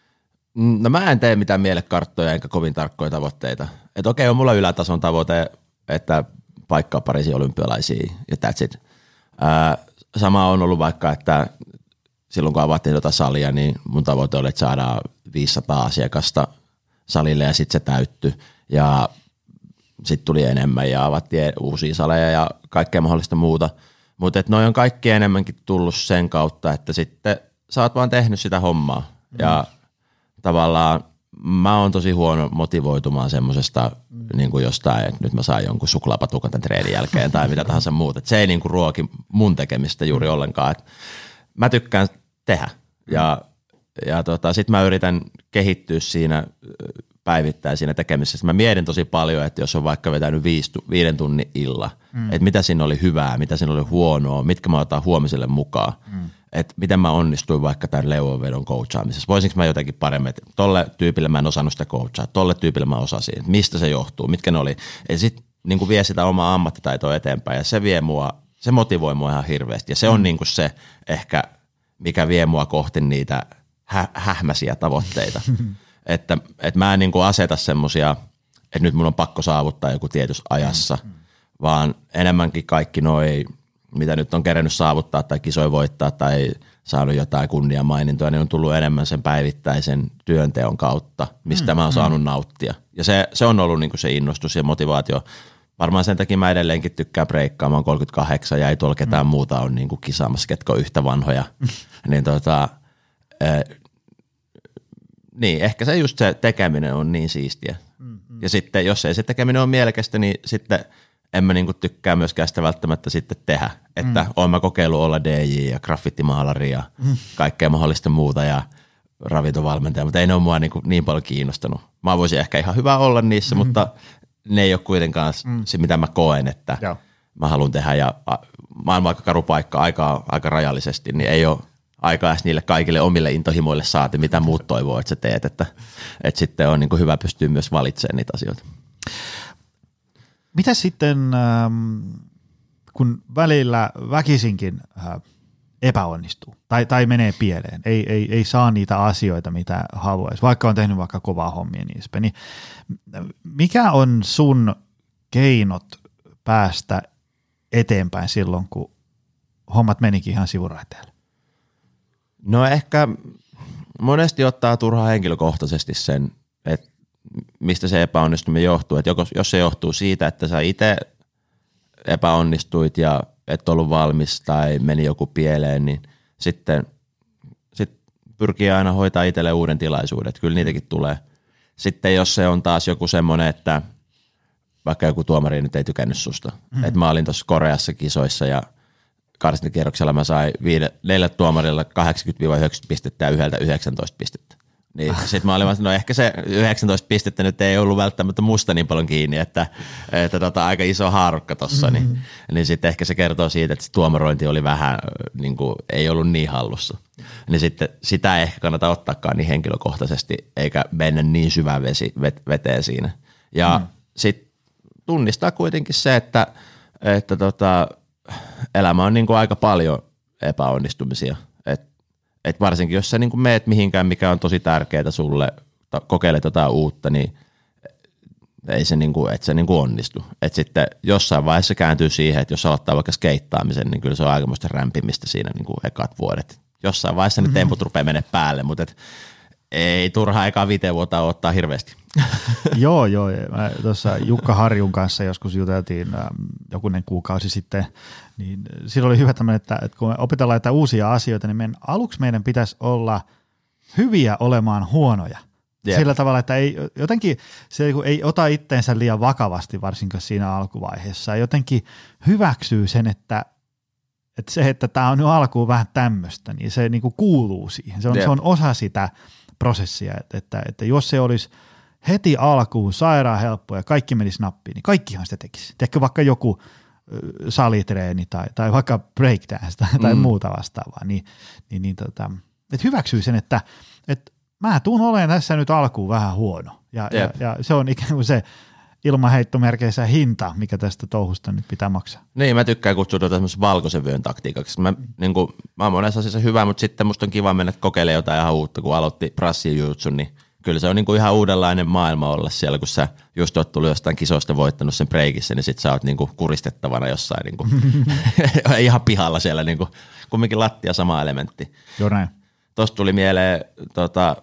No mä en tee mitään mielekarttoja enkä kovin tarkkoja tavoitteita. Että okei, on mulla ylätason tavoite, että paikkaa Pariisin olympialaisia ja that's it. Ää, sama on ollut vaikka, että silloin kun avattiin tuota salia, niin mun tavoite oli, että saadaan viisisataa asiakasta salille ja sitten se täyttyi ja sitten tuli enemmän ja avattiin uusia saleja ja kaikkea mahdollista muuta. Mutta noi on kaikki enemmänkin tullut sen kautta, että sitten sä oot vaan tehnyt sitä hommaa mm. ja tavallaan mä oon tosi huono motivoitumaan semmosesta mm. niin kuin jostain, että nyt mä saan jonkun suklaapatukan tämän treenin jälkeen tai mitä tahansa muuta. Et se ei niin kuin ruoki mun tekemistä juuri mm. ollenkaan. Et mä tykkään tehdä ja, ja tota, sit mä yritän kehittyä siinä päivittäin siinä tekemisessä. Mä mietin tosi paljon, että jos on vaikka vetänyt viisi, viiden tunnin illa, mm. että mitä siinä oli hyvää, mitä siinä oli huonoa, mitkä mä otan huomiselle mukaan. Mm. Että miten mä onnistuin vaikka tämän leuanvedon coachaamisessa. Voisinko mä jotenkin paremmin, että tolle tyypille mä en osannut sitä coachaa, tolle tyypille mä osasin, että mistä se johtuu, mitkä ne oli. Ja sitten niin vie sitä omaa ammattitaitoa eteenpäin ja se vie mua, se motivoi mua ihan hirveästi. Ja se on mm. niin kuin se ehkä, mikä vie mua kohti niitä hä- hähmäisiä tavoitteita. että, että mä en niin kuin aseta semmosia, että nyt mun on pakko saavuttaa joku tietyssä ajassa, mm. vaan enemmänkin kaikki noi, mitä nyt on kerennyt saavuttaa tai kisoja voittaa tai saanut jotain kunniamainintoa, niin on tullut enemmän sen päivittäisen työnteon kautta, mistä mm, mä oon mm. saanut nauttia. Ja se, se on ollut niinku se innostus ja motivaatio. Varmaan sen takia mä edelleenkin tykkään breikkaa. Mä oon kolmekymmentäkahdeksan ja ei tuolla ketään mm. muuta on niinku kisaamassa, ketkä on yhtä vanhoja. niin tota, äh, niin ehkä se just se tekeminen on niin siistiä. Mm, mm. Ja sitten jos ei se tekeminen ole mielekästä, niin sitten en mä niinku tykkää myöskään sitä välttämättä sitten tehdä, että mm. oon mä kokeillut olla D J ja graffitimaalari ja mm. kaikkea mahdollista muuta ja ravintovalmentaja, mutta ei ne ole mua niinku niin paljon kiinnostanut. Mä voisin ehkä ihan hyvä olla niissä, mm. mutta ne ei ole kuitenkaan mm. se, mitä mä koen, että Joo. mä haluan tehdä ja mä oon vaikka karu paikka aika, aika rajallisesti, niin ei ole aikaa edes niille kaikille omille intohimoille saati, mitä muut toivoo, että sä teet, että, että sitten on niinku hyvä pystyä myös valitsemaan niitä asioita. Mitä sitten, kun välillä väkisinkin epäonnistuu tai, tai menee pieleen, ei, ei, ei saa niitä asioita, mitä haluaisi, vaikka on tehnyt vaikka kovaa hommia niistä, niin mikä on sun keinot päästä eteenpäin silloin, kun hommat menikin ihan sivuraiteelle? No ehkä monesti ottaa turhaan henkilökohtaisesti sen, että mistä se epäonnistuminen johtuu. Että jos se johtuu siitä, että sä itse epäonnistuit ja et ollut valmis tai meni joku pieleen, niin sitten sit pyrkii aina hoitaa itselle uuden tilaisuuden. Että kyllä niitäkin tulee. Sitten jos se on taas joku semmoinen, että vaikka joku tuomari nyt ei tykännyt susta. Mm. Että mä olin tuossa Koreassa kisoissa ja karsintakierroksella mä sain viide, neljä tuomarilla kahdeksankymmentä yhdeksänkymmentä pistettä ja yhdeltä yhdeksäntoista pistettä. Niin sit mä olin vaan, no ehkä se yhdeksäntoista pistettä nyt ei ollut välttämättä musta niin paljon kiinni, että, että tota, aika iso haarukka tossa, mm-hmm. niin, niin sitten ehkä se kertoo siitä, että se tuomarointi oli vähän, niin kuin, ei ollut niin hallussa. Niin sitten sitä ei ehkä kannata ottaakaan niin henkilökohtaisesti, eikä mennä niin syvään vesi, veteen siinä. Ja mm. sitten tunnistaa kuitenkin se, että, että tota, elämä on niin kuin aika paljon epäonnistumisia. Et varsinkin jos sä niin meet mihinkään, mikä on tosi tärkeää sulle, kokeilet jotain uutta, niin ei se, niin kuin, et se niin kuin onnistu. Et sitten jossain vaiheessa kääntyy siihen, että jos aloittaa vaikka skeittaamisen, niin kyllä se on aikamoista rämpimistä siinä niin kuin ekat vuodet. Jossain vaiheessa mm-hmm. ne temput rupeaa mennä päälle, mutta et ei turhaa ekaa viiteen vuotta ottaa hirveästi. joo, joo. Tuossa Jukka Harjun kanssa joskus juteltiin ähm, jokunen kuukausi sitten, niin silloin oli hyvä tämmöinen, että, että kun me opetellaan jotain uusia asioita, niin meidän, aluksi meidän pitäisi olla hyviä olemaan huonoja. Yep. Sillä tavalla, että ei, jotenkin se ei ota itteensä liian vakavasti, varsinkin siinä alkuvaiheessa. Jotenkin hyväksyy sen, että että se, että tämä on nyt alkuun vähän tämmöistä, niin se niin kuin kuuluu siihen. Se on, se on osa sitä prosessia, että, että, että jos se olisi heti alkuun sairaan helppoa ja kaikki menisi nappiin, niin kaikkihan sitä tekisi. Tiedätkö vaikka joku salitreeni tai, tai vaikka breakdance tai, tai mm. muuta vastaavaa, niin, niin, niin tota, että hyväksyy sen, että, että mä tuun olemaan tässä nyt alkuun vähän huono. Ja, ja, ja se on ikään kuin se ilmaheittomerkeissä hinta, mikä tästä touhusta nyt pitää maksaa. Niin, mä tykkään kutsua tuota semmoisen valkoisen vyön taktiikaksi. Mä, niin kuin, mä oon monessa asiassa hyvä, mutta sitten musta on kiva mennä kokeilemaan jotain ihan uutta, kun aloitti brassijutsun, niin kyllä se on niin kuin ihan uudenlainen maailma olla siellä, kun sä just oot tullut jostain kisoista voittanut sen breikissä, niin sit sä oot niin kuin kuristettavana jossain niin kuin ihan pihalla siellä, niin kuin, kumminkin lattia sama elementti. Joo näin. Tuosta tuli mieleen, tota,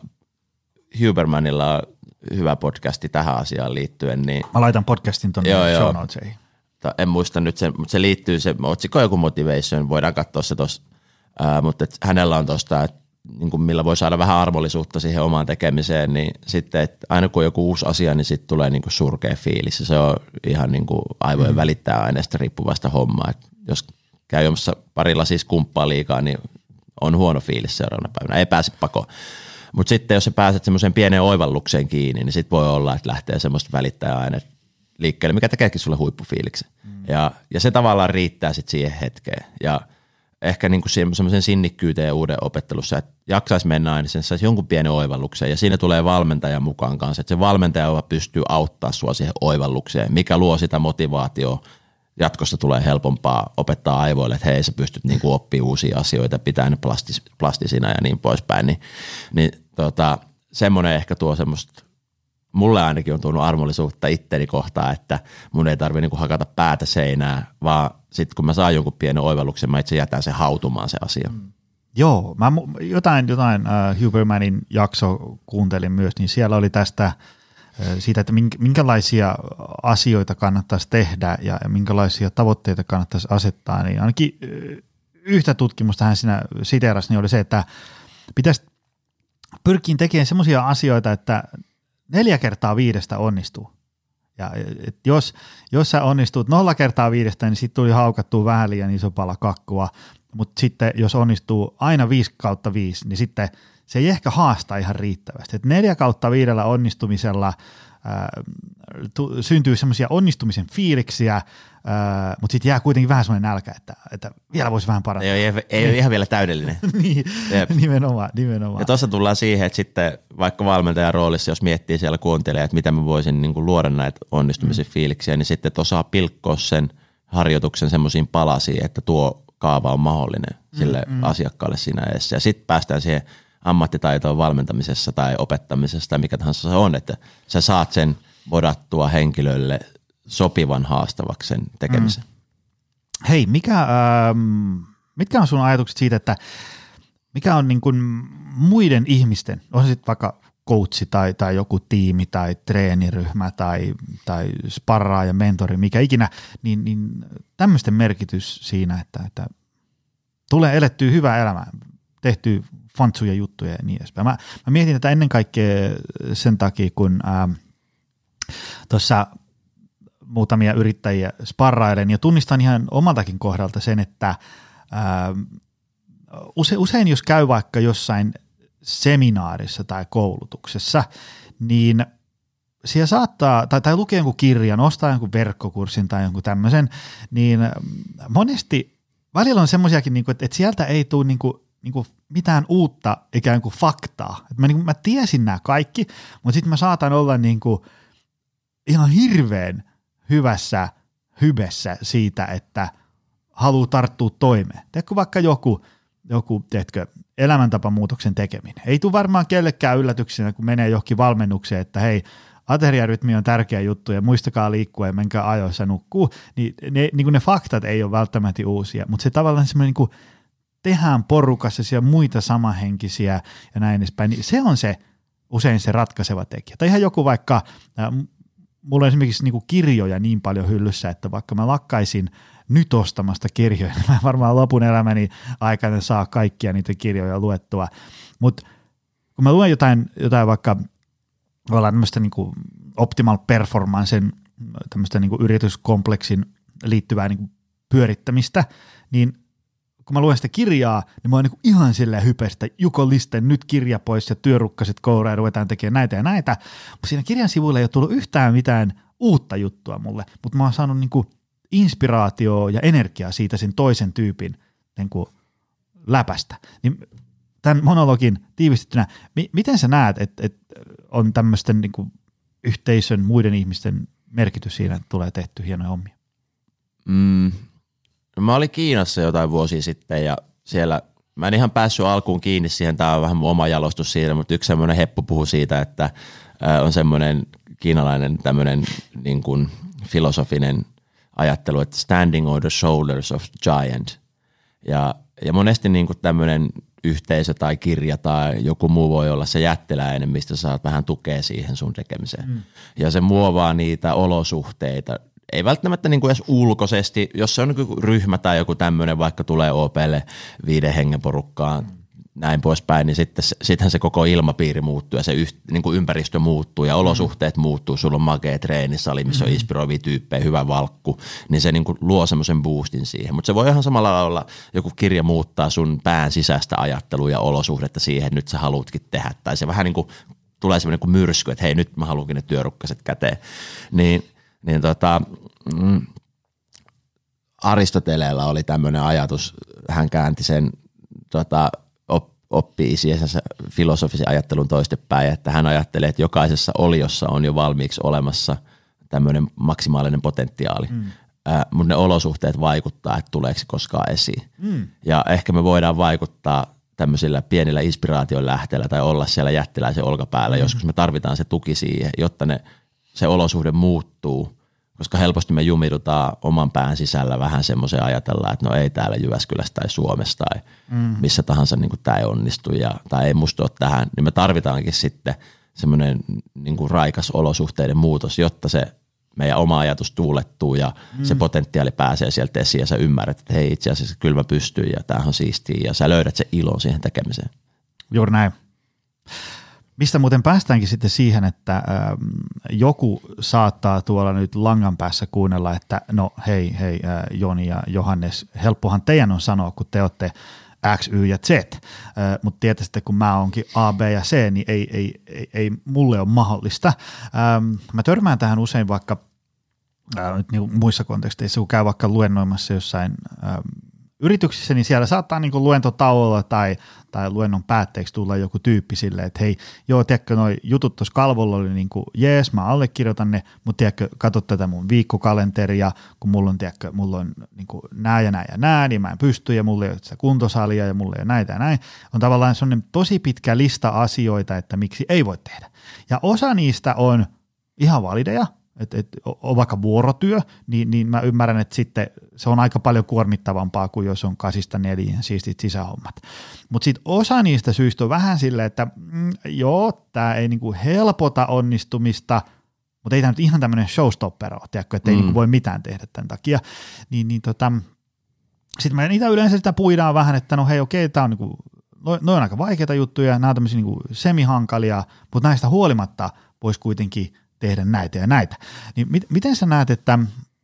Hubermanilla on hyvä podcasti tähän asiaan liittyen. Niin, mä laitan podcastin tuonne show notesiin. En muista nyt sen, mutta se liittyy, se otsikko joku motivation, voidaan katsoa se tuossa, mutta et hänellä on tuosta, niin kuin millä voi saada vähän armollisuutta siihen omaan tekemiseen, niin sitten, että aina kun on joku uusi asia, niin sitten tulee niin kuin surkea fiilis. Se on ihan niin kuin aivojen mm. välittää aineesta riippuvasta hommaa. Et jos käy jomassa parilla siis kumppaa liikaa, niin on huono fiilis seuraavana päivänä, ei pääse pakoon. Mutta sitten jos sä pääset semmoiseen pieneen oivallukseen kiinni, niin sitten voi olla, että lähtee semmoista välittäjäaine liikkeelle, mikä tekeekin sulle huippufiiliksen. Mm. Ja, ja se tavallaan riittää sitten siihen hetkeen. Ja ehkä niinku semmoisen sinnikkyyteen ja uuden opettelussa, että jaksaisi mennä aina, sen saisi jonkun pienen oivalluksen. Ja siinä tulee valmentaja mukaan kanssa, että se valmentaja pystyy auttaa sua siihen oivallukseen, mikä luo sitä motivaatiota. Jatkossa tulee helpompaa opettaa aivoille, että hei, sä pystyt niinku oppimaan uusia asioita, pitää ne plastis, plastisina ja niin poispäin. Niin, niin tota, semmoinen ehkä tuo semmoista, mulle ainakin on tuonut armollisuutta itteni kohtaan, että mun ei tarvitse niinku hakata päätä seinää, vaan sitten kun mä saan jonkun pienen oivalluksen, mä itse jätän sen hautumaan se asia. Mm. Joo, mä jotain, jotain uh, Hubermanin jakso kuuntelin myös, niin siellä oli tästä siitä, että minkälaisia asioita kannattaisi tehdä ja minkälaisia tavoitteita kannattaisi asettaa, niin ainakin yhtä tutkimusta hän siinä siteerasi, niin oli se, että pitäisi pyrkiä tekemään semmoisia asioita, että neljä kertaa viidestä onnistuu. Ja et jos, jos sä onnistut nolla kertaa viidestä, niin sitten tuli haukattua vähän liian iso pala kakkua, mutta sitten jos onnistuu aina viisi kautta viisi, niin sitten se ei ehkä haasta ihan riittävästi. Et neljä kautta viidellä onnistumisella ää, tu, syntyy semmoisia onnistumisen fiiliksiä, ää, mutta sitten jää kuitenkin vähän semmoinen nälkä, että, että vielä voisi vähän parantaa. Ei, ei, ei ole ihan vielä täydellinen. niin, nimenomaan, nimenomaan. Ja tuossa tullaan siihen, että sitten vaikka valmentajan roolissa, jos miettii siellä kuuntelijaa, että miten mä voisin niin kuin luoda näitä onnistumisen mm. fiiliksiä, niin sitten osaa pilkkoa sen harjoituksen semmoisiin palasiin, että tuo kaava on mahdollinen sille mm, mm. asiakkaalle siinä edessä. Ja sitten päästään siihen ammattitaitoon valmentamisessa tai opettamisessa tai mikä tahansa se on, että sä saat sen vodattua henkilölle sopivan haastavaksi sen tekemisen. Mm. Hei, mikä, ähm, mitkä on sun ajatukset siitä, että mikä on niin kuin muiden ihmisten, on se sitten vaikka coachi tai, tai joku tiimi tai treeniryhmä tai, tai sparraaja, mentori, mikä ikinä, niin, niin tämmöisten merkitys siinä, että, että tulee elettyä hyvää elämää, tehtyä fantsuja juttuja ja niin edespäin. Mä, mä mietin tätä ennen kaikkea sen takia, kun ää, tuossa muutamia yrittäjiä sparrailen ja tunnistan ihan omaltakin kohdalta sen, että ää, use, usein jos käy vaikka jossain seminaarissa tai koulutuksessa, niin siellä saattaa, tai, tai lukee jonkun kirjan, ostaa jonkun verkkokurssin tai jonkun tämmöisen, niin monesti välillä on semmoisiakin, että, että sieltä ei tule niin kuin, niin kuin mitään uutta ikään kuin faktaa. Että mä, niin kuin, mä tiesin nämä kaikki, mutta sitten mä saatan olla niin kuin ihan hirveän hyvässä hybessä siitä, että haluaa tarttua toimeen. Teekö vaikka joku, joku teetkö, elämäntapamuutoksen tekeminen. Ei tule varmaan kellekään yllätyksenä, kun menee johonkin valmennukseen, että hei, ateriarytmi on tärkeä juttu ja muistakaa liikkua ja menkää ajoissa nukkuu, niin ne, niin kuin ne faktat ei ole välttämättä uusia, mutta se tavallaan semmoinen niin kuin tehdään porukassa siellä muita samahenkisiä ja näin edespäin, niin se on se usein se ratkaiseva tekijä. Tai ihan joku vaikka, äh, mulla on esimerkiksi niin kuin kirjoja niin paljon hyllyssä, että vaikka mä lakkaisin nyt ostamasta kirjoja, niin mä varmaan lopun elämäni aikana saa kaikkia niitä kirjoja luettua, mutta kun mä luen jotain, jotain vaikka ollaan tämmöistä niin kuin optimal performancen, tämmöistä niin kuin yrityskompleksin liittyvää niin kuin pyörittämistä, niin kun mä luen sitä kirjaa, niin mä oon niin ihan silleen hypestä, Juko Listen, nyt kirja pois ja työrukkaset kouraan ja ruvetaan tekemään näitä ja näitä. Mutta siinä kirjan sivuilla ei ole tullut yhtään mitään uutta juttua mulle, mutta mä oon saanut niin kuin inspiraatioa ja energiaa siitä sen toisen tyypin niin kuin läpästä. Niin tämän monologin tiivistettynä, mi- miten sä näet, että et on tämmöisten niin kuin yhteisön, muiden ihmisten merkitys siinä, että tulee tehty hienoja hommia? Mm. Mä olin Kiinassa jotain vuosia sitten ja siellä mä en ihan päässyt alkuun kiinni siihen, tää on vähän mun oma jalostus siitä, mutta yksi semmoinen heppu puhui siitä, että on semmoinen kiinalainen tämmöinen niin kuin filosofinen ajattelu, että standing on the shoulders of giant. Ja, ja monesti niin kuin tämmöinen yhteisö tai kirja tai joku muu voi olla se jättiläinen, mistä saat vähän tukea siihen sun tekemiseen. Mm. Ja se muovaa niitä olosuhteita. Ei välttämättä niin kuin edes ulkoisesti, jos se on niin kuin ryhmä tai joku tämmöinen, vaikka tulee O P:lle viiden hengen porukkaan, mm. näin poispäin, niin sitten, sittenhän se koko ilmapiiri muuttuu ja se yht, niin kuin ympäristö muuttuu ja olosuhteet mm. muuttuu. Sulla on makea treenisali, missä on inspiroivia tyyppejä, hyvä valkku, niin se niin kuin luo semmoisen boostin siihen. Mutta se voi ihan samalla olla, joku kirja muuttaa sun pään sisäistä ajattelua ja olosuhdetta siihen, että nyt sä haluatkin tehdä. Tai se vähän niin kuin tulee semmoinen kuin myrsky, että hei nyt mä haluankin ne työrukkaset käteen. Niin, niin tota... Mm, Aristoteleella oli tämmöinen ajatus, hän käänti sen tota, op, oppi-isiensä filosofisen ajattelun toistepäin, että hän ajattelee, että jokaisessa oliossa on jo valmiiksi olemassa tämmöinen maksimaalinen potentiaali, mm. äh, mutta ne olosuhteet vaikuttaa, että tuleeko se koskaan esiin. Mm. Ja ehkä me voidaan vaikuttaa tämmöisillä pienillä inspiraation lähteillä tai olla siellä jättiläisen olkapäällä, mm. joskus me tarvitaan se tuki siihen, jotta ne, se olosuhde muuttuu. Koska helposti me jumidutaan oman pään sisällä vähän semmoiseen ajatellaan, että no ei täällä Jyväskylässä tai Suomessa tai mm. missä tahansa niin kuin tämä ei onnistu ja, tai ei musta ole tähän, niin me tarvitaankin sitten semmoinen niin kuin raikas olosuhteiden muutos, jotta se meidän oma ajatus tuulettuu ja mm. se potentiaali pääsee sieltä esiin ja sä ymmärrät, että hei itse asiassa kyllä mä pystyn ja tämähän on siistiä ja sä löydät sen ilon siihen tekemiseen. Juuri näin. Mistä muuten päästäänkin sitten siihen, että ähm, joku saattaa tuolla nyt langan päässä kuunnella, että no hei, hei äh, Joni ja Johannes, helppohan teidän on sanoa, kun te olette X, Y ja Z, äh, mutta tietysti kun mä oonkin A, B ja C, niin ei, ei, ei, ei mulle ole mahdollista. Ähm, mä törmään tähän usein vaikka äh, nyt niin muissa konteksteissa, kun käy vaikka luennoimassa jossain ähm, yrityksissä, niin siellä saattaa niin kuin luentotauolla tai, tai luennon päätteeksi tulla joku tyyppi silleen, että hei, joo, tiedätkö, noi jutut tuossa kalvolla oli niin kuin, jees, mä allekirjoitan ne, mutta tiedätkö, katso tätä mun viikkokalenteria, kun mulla on, tiedätkö, mulla on niin kuin nää ja nää ja nää, niin mä en pysty ja mulla ei ole sitä kuntosalia ja mulla ei ole näitä ja näin. On tavallaan sellainen tosi pitkä lista asioita, että miksi ei voi tehdä. Ja osa niistä on ihan valideja, että et, on vaikka vuorotyö, niin, niin mä ymmärrän, että sitten se on aika paljon kuormittavampaa kuin jos on kasista neljään siistit sisähommat. Mutta sitten osa niistä syistä on vähän silleen, että mm, joo, tämä ei niinku helpota onnistumista, mutta ei tämä nyt ihan tämmöinen showstopper ole, tiedätkö, että ei mm. niinku voi mitään tehdä tämän takia. Niin, niin tota, sitten me niitä yleensä sitä puidaan vähän, että no hei okei, tämä on niinku, noin on aika vaikeita juttuja, nämä on tämmöisiä niinku semihankalia, mutta näistä huolimatta voisi kuitenkin tehdä näitä ja näitä. Niin mit, miten sä näet, että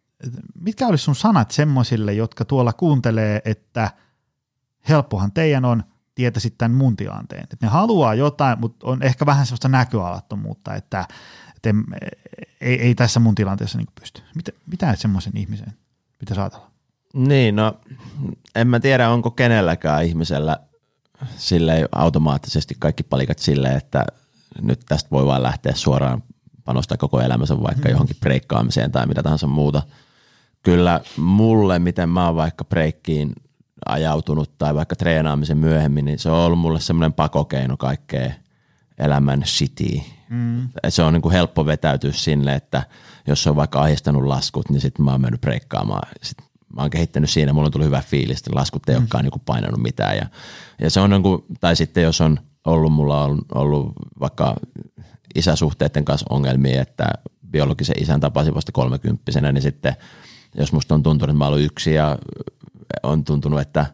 mitkä olisi sun sanat semmoisille, jotka tuolla kuuntelee, että helppohan teidän on, tietäisit tämän mun tilanteen. Että ne haluaa jotain, mutta on ehkä vähän sellaista näköalattomuutta, että, että ei, ei tässä mun tilanteessa niin pysty. Mitä, mitä semmoisen ihmisen pitäisi ajatella? Niin, no en mä tiedä, onko kenelläkään ihmisellä silleen automaattisesti kaikki palikat silleen, että nyt tästä voi vaan lähteä suoraan panostaa koko elämänsä vaikka johonkin breikkaamiseen tai mitä tahansa muuta. Kyllä mulle, miten mä oon vaikka breikkiin ajautunut tai vaikka treenaamisen myöhemmin, niin se on ollut mulle semmoinen pakokeino kaikkea elämän shitia. Mm. Se on niin kuin helppo vetäytyä sinne, että jos on vaikka ahdistanut laskut, niin sitten mä oon mennyt breikkaamaan. Sitten mä oon kehittänyt siinä, mulla on tullut hyvä fiilis, että laskut ei mm. olekaan niin kuin painanut mitään. Ja, ja se on niin kuin, tai sitten jos on ollut, mulla on ollut vaikka isäsuhteiden kanssa ongelmia, että biologisen isän tapasin vasta kolmekymppisenä, niin sitten jos musta on tuntunut, että mä olen yksin ja on tuntunut, että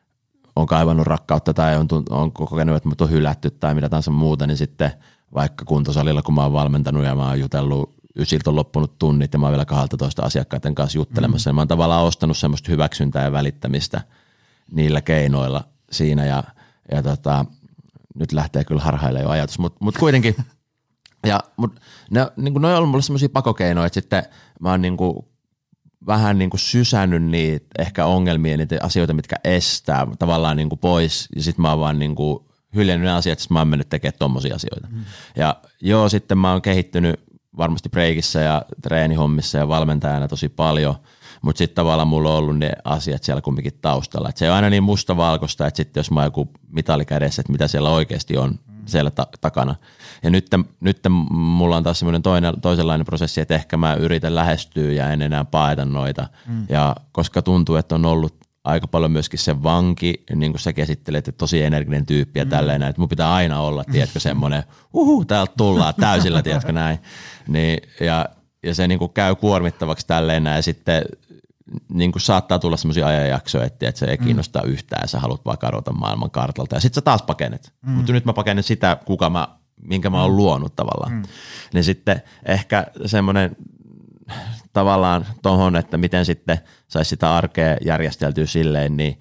on kaivannut rakkautta tai on, tunt- on kokenut, että mut on hylätty tai mitä tahansa muuta, niin sitten vaikka kuntosalilla, kun mä oon valmentanut ja mä oon jutellut, ysiltä on loppunut tunnit ja mä oon vielä kaksitoista asiakkaiden kanssa juttelemassa, mm. niin mä oon tavallaan ostanut semmoista hyväksyntää ja välittämistä, niillä keinoilla siinä ja, ja tota, nyt lähtee kyllä harhailemaan jo ajatus, mutta mut kuitenkin ja, mut ne, niin kuin, ne on ollut mulle semmoisia pakokeinoja, että sitten mä oon niin kuin, vähän niin kuin sysännyt niitä ehkä ongelmia, niitä asioita, mitkä estää tavallaan niin kuin pois ja sitten mä oon vaan niin kuin hyljännyt ne asiat, että mä oon mennyt tekemään tommosia asioita. Mm. Ja joo, sitten mä oon kehittynyt varmasti breikissä ja treenihommissa ja valmentajana tosi paljon, mutta sitten tavallaan mulla on ollut ne asiat siellä kumminkin taustalla. Et se ei ole aina niin mustavalkoista, että sitten jos mä oon joku mitali kädessä, että mitä siellä oikeasti on mm. siellä ta- takana. Ja nyt, nyt mulla on taas semmoinen toinen, toisenlainen prosessi, että ehkä mä yritän lähestyä ja en enää paeta noita. Mm. Ja koska tuntuu, että on ollut aika paljon myöskin se vanki, niin kuin sä käsittelet, että tosi energinen tyyppi ja mm. tälleen, että mun pitää aina olla, tiedätkö, semmoinen, uhu, täältä tullaan täysillä, tiedätkö näin. Niin, ja, ja se niin kuin käy kuormittavaksi tälleen näin, ja sitten niin kuin saattaa tulla semmoisia ajanjaksoja, että, että se ei kiinnostaa mm. yhtään, ja sä haluat vaan kadota maailman kartalta, ja sitten sä taas pakenet. Mm. Mutta nyt mä pakenen sitä, kuka mä, minkä mä oon luonut tavallaan. Mm. Niin sitten ehkä semmoinen tavallaan tohon, että miten sitten saisi sitä arkea järjesteltyä silleen, niin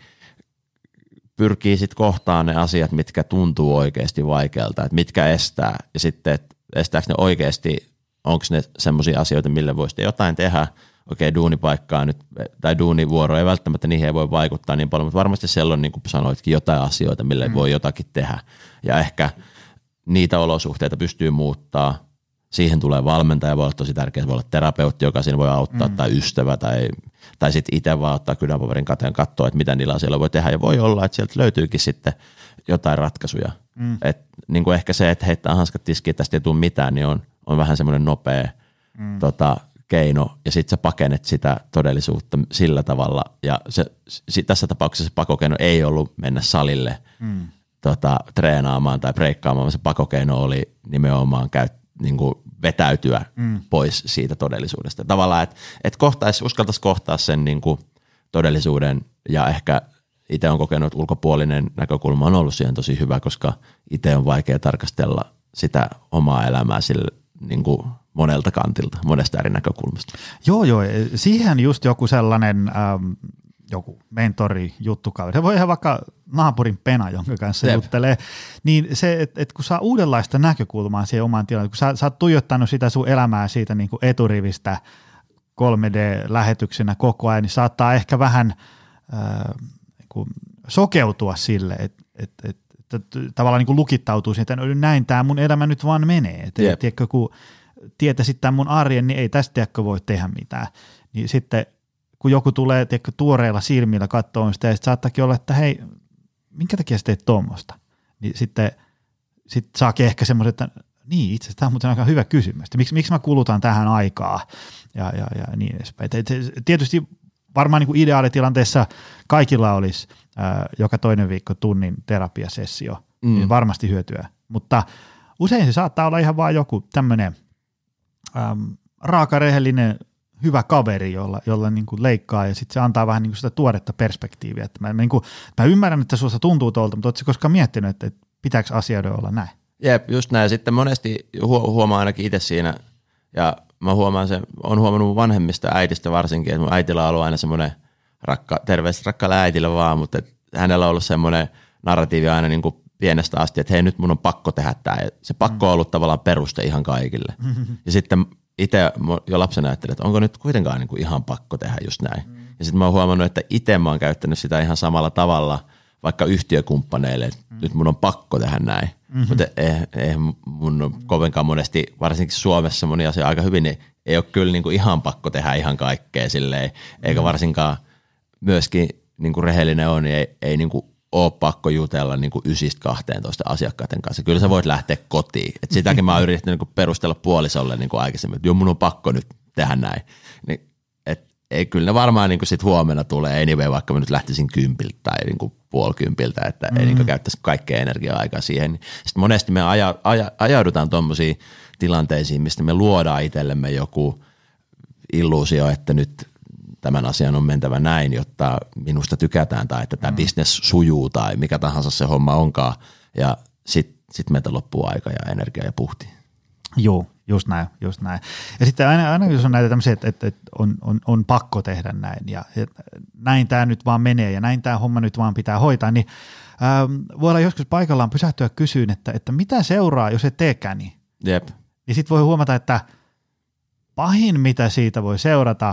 pyrkii sitten kohtaan ne asiat, mitkä tuntuu oikeasti vaikealta, että mitkä estää ja sitten, että estääkö ne oikeasti, onko ne semmoisia asioita, mille voisi jotain tehdä, okei duunipaikkaa nyt, tai duunivuoro ei välttämättä niihin ei voi vaikuttaa niin paljon, mutta varmasti siellä on niin kuin sanoitkin jotain asioita, mille mm. voi jotakin tehdä ja ehkä niitä olosuhteita pystyy muuttaa. Siihen tulee valmentaja, voi olla tosi tärkeää, voi olla terapeutti, joka siinä voi auttaa, mm. tai ystävä, tai, tai sitten itse vaan ottaa kynäpaperin kateen katsoa, että mitä niillä asioilla voi tehdä. Ja voi olla, että sieltä löytyykin sitten jotain ratkaisuja. Mm. Et, niin kuin ehkä se, että heittää hanskat tiskiin, tästä ei tule mitään, niin on, on vähän semmoinen nopea mm. tota, keino. Ja sitten sä pakenet sitä todellisuutta sillä tavalla. Ja se, se, tässä tapauksessa se pakokeino ei ollut mennä salille mm. tota, treenaamaan tai breikkaamaan, vaan se pakokeino oli nimenomaan käyttää. Niin kuin vetäytyä mm. pois siitä todellisuudesta. Tavallaan, että et kohtais, uskaltaisi kohtaa sen niin kuin todellisuuden ja ehkä itse on kokenut, että ulkopuolinen näkökulma on ollut siihen tosi hyvä, koska itse on vaikea tarkastella sitä omaa elämää sille niin kuin monelta kantilta, monesta eri näkökulmasta. Joo, joo. Siihen just joku sellainen ähm, joku mentori juttukaveri. Se voi ihan vaikka naapurin pena, jonka kanssa Jep. juttelee. Niin se, että et kun saa uudenlaista näkökulmaa siihen omaan tilanteeseen, kun sä, sä oot tuijottanut sitä sun elämää siitä niin kuin eturivistä kolme D-lähetyksenä koko ajan, niin saattaa ehkä vähän äh, niin kuin sokeutua sille, että et, et, et, tavallaan niin kuin lukittautuu siihen, että näin tämä mun elämä nyt vaan menee. Että et, tiedätkö, kun tietäisit tämän mun arjen, niin ei tästä tiedätkö voi tehdä mitään. Niin sitten kun joku tulee tiedätkö, tuoreilla silmillä katsomaan sitä, ja sitten saattaakin olla, että hei, minkä takia sä teet tuommoista? Niin sitten sit saakin ehkä semmoisen, että niin, itse asiassa tämä on muuten aika hyvä kysymys. Miksi, miksi mä kulutan tähän aikaa ja, ja, ja niin edespäin. Et, et, tietysti varmaan niin kuin ideaalitilanteessa kaikilla olisi ää, joka toinen viikko tunnin terapiasessio, mm. niin varmasti hyötyä. Mutta usein se saattaa olla ihan vaan joku tämmöinen raaka, rehellinen, hyvä kaveri, jolla, jolla niin kuin leikkaa ja sitten se antaa vähän niin kuin sitä tuoretta perspektiiviä. Että mä, niin kuin, mä ymmärrän, että susta tuntuu tuolta, mutta ootko koskaan miettinyt, että, että pitääkö asioiden olla näin? Jep, just näin. Sitten monesti huomaa ainakin itse siinä, ja mä huomaan sen, on huomannut mun vanhemmista äidistä varsinkin, että mun äitillä on ollut aina semmoinen, rakka, terveistä rakkaalle äitille vaan, mutta hänellä on ollut semmoinen narratiivi aina niin kuin pienestä asti, että hei nyt mun on pakko tehdä tämä. Se pakko on ollut tavallaan peruste ihan kaikille. Mm-hmm. Ja sitten itse jo lapsena ajattelin, että onko nyt kuitenkaan niin kuin ihan pakko tehdä just näin. Mm. Ja sitten mä oon huomannut, että itse mä oon käyttänyt sitä ihan samalla tavalla vaikka yhtiökumppaneille, että mm. nyt mun on pakko tehdä näin. Mm-hmm. Mutta ei, ei mun on kovinkaan monesti, varsinkin Suomessa moni asia aika hyvin, niin ei ole kyllä niin kuin ihan pakko tehdä ihan kaikkea silleen, eikä varsinkaan myöskin niin kuin rehellinen on, niin ei, ei niin kuin ole pakko jutella niin kuin ysistä kahteentoista asiakkaiden kanssa. Kyllä sä voit lähteä kotiin. Et sitäkin mä oon yrittänyt niin perustella puolisolle niin kuin aikaisemmin, että joo, mun on pakko nyt tehdä näin. Niin, et, ei, kyllä ne varmaan niin kuin sit huomenna tulee anyway, vaikka mä nyt lähtisin kympiltä tai niin kuin puolikympiltä, että mm-hmm. ei niin kuin käyttäisi kaikkea energiaa aikaa siihen. Sitten monesti me aja, aja, ajaudutaan tuommoisiin tilanteisiin, mistä me luodaan itsellemme joku illuusio, että nyt tämän asian on mentävä näin, jotta minusta tykätään tai että tämä mm. business sujuu tai mikä tahansa se homma onkaan ja sitten sit meiltä loppuu aika ja energia ja puhti. Joo, Just näin, just näin. Ja sitten aina, aina jos on näitä tämmöisiä, että, että on, on, on pakko tehdä näin ja, ja näin tämä nyt vaan menee ja näin tämä homma nyt vaan pitää hoitaa, niin ähm, voi olla joskus paikallaan pysähtyä kysyyn, että, että mitä seuraa, jos et teekään niin. Jep. Niin sitten voi huomata, että pahin mitä siitä voi seurata,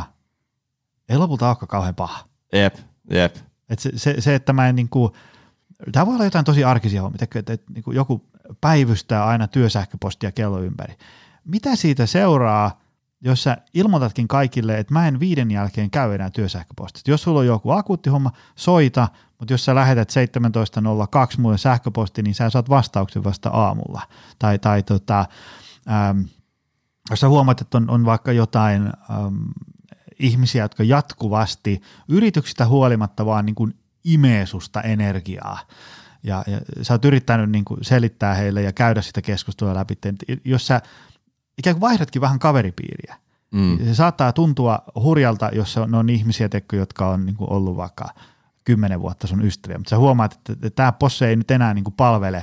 ei lopulta olekaan kauhean paha. Jep, jep. Et se, se, se, että mä en niinku, tämä voi olla jotain tosi arkisia hommia, että, että, että niinku joku päivystää aina työsähköpostia kello ympäri. Mitä siitä seuraa, jos sä ilmoitatkin kaikille, että mä en viiden jälkeen käy enää työsähköpostista. Jos sulla on joku akuutti homma, soita, mutta jos sä lähetät seitsemäntoista nolla kaksi mulle sähköposti, niin sä saat vastauksen vasta aamulla. Tai, tai tota, ähm, jos sä huomaat, että on, on vaikka jotain ähm, ihmisiä, jotka jatkuvasti yrityksistä huolimatta vaan niin kuin imee susta energiaa, ja, ja sä oot yrittänyt niin kuin selittää heille ja käydä sitä keskustelua läpi. Jos sä ikään kuin vaihdatkin vähän kaveripiiriä, mm. se saattaa tuntua hurjalta, jos on, on ihmisiä, tekkö, jotka on niin kuin ollut vaikka kymmenen vuotta sun ystäviä, mutta sä huomaat, että, että tämä posse ei nyt enää niin kuin palvele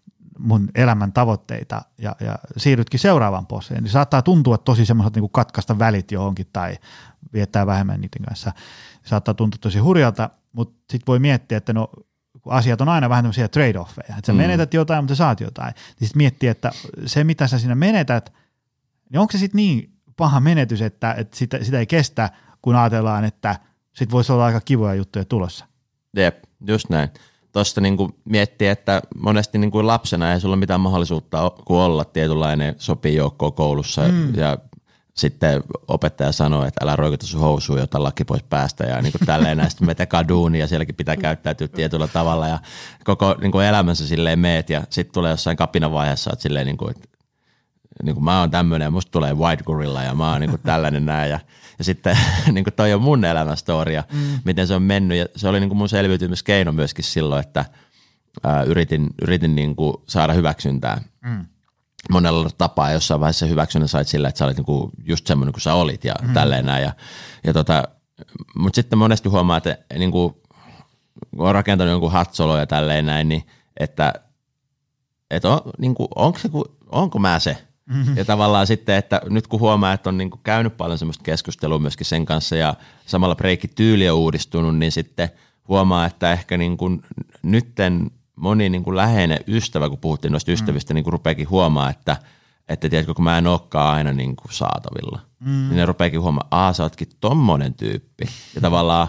mun elämän tavoitteita ja, ja siirrytkin seuraavaan posseen, niin saattaa tuntua tosi semmoiset niin kuin katkaista välit johonkin tai viettää vähemmän niiden kanssa. Saattaa tuntua tosi hurjalta, mutta sitten voi miettiä, että no asiat on aina vähän tämmöisiä trade-offeja, että sä mm. menetät jotain, mutta sä saat jotain. Niin sitten miettiä, että se mitä sä siinä menetät, niin onko se sitten niin paha menetys, että, että sitä, sitä ei kestä, kun ajatellaan, että sit voisi olla aika kivoja juttuja tulossa. Jep, just näin. Tuosta niinku miettii, että monesti niinku lapsena ei sulla mitään mahdollisuutta kuin olla tietynlainen sopii joukkoon koulussa mm. ja sitten opettaja sanoo, että älä roikuta sun housuun, jota laki pois päästä ja niin kuin tälleen näistä me tekaan duunia ja sielläkin pitää käyttäytyä tietyllä tavalla ja koko niin kuin elämänsä silleen meet ja sitten tulee jossain kapinan-vaiheessa, että silleen niin kuin, että niin kuin mä oon tämmöinen ja musta tulee white gorilla ja mä oon niin kuin tällainen näin ja, ja sitten niin kuin toi on mun elämänstory ja mm. miten se on mennyt ja se oli niin kuin mun selviytymiskeino myöskin silloin, että ää, yritin, yritin niin kuin saada hyväksyntää. Mm. Monella tapaa jossain vaiheessa hyväksynnän sait sillä, että sä olit niinku just semmoinen kuin sä olit ja mm. tälleen näin. Ja, ja tota, mutta sitten monesti huomaa, että niinku, kun on rakentanut jonkun hatsolo ja tälleen näin, niin että et on, niinku, onko, se, onko mä se? Mm-hmm. Ja tavallaan sitten, että nyt kun huomaa, että on niinku käynyt paljon semmoista keskustelua myöskin sen kanssa ja samalla breikkityyli on uudistunut, niin sitten huomaa, että ehkä niinku nytten moni niin kuin läheinen ystävä, kun puhuttiin noista ystävistä, mm. niin kuin rupeakin huomaa, että, että tiedätkö, kun mä en olekaan aina niin kuin saatavilla, mm. niin ne rupeakin huomaa, että aah, sä ootkin tommonen tyyppi. Ja tavallaan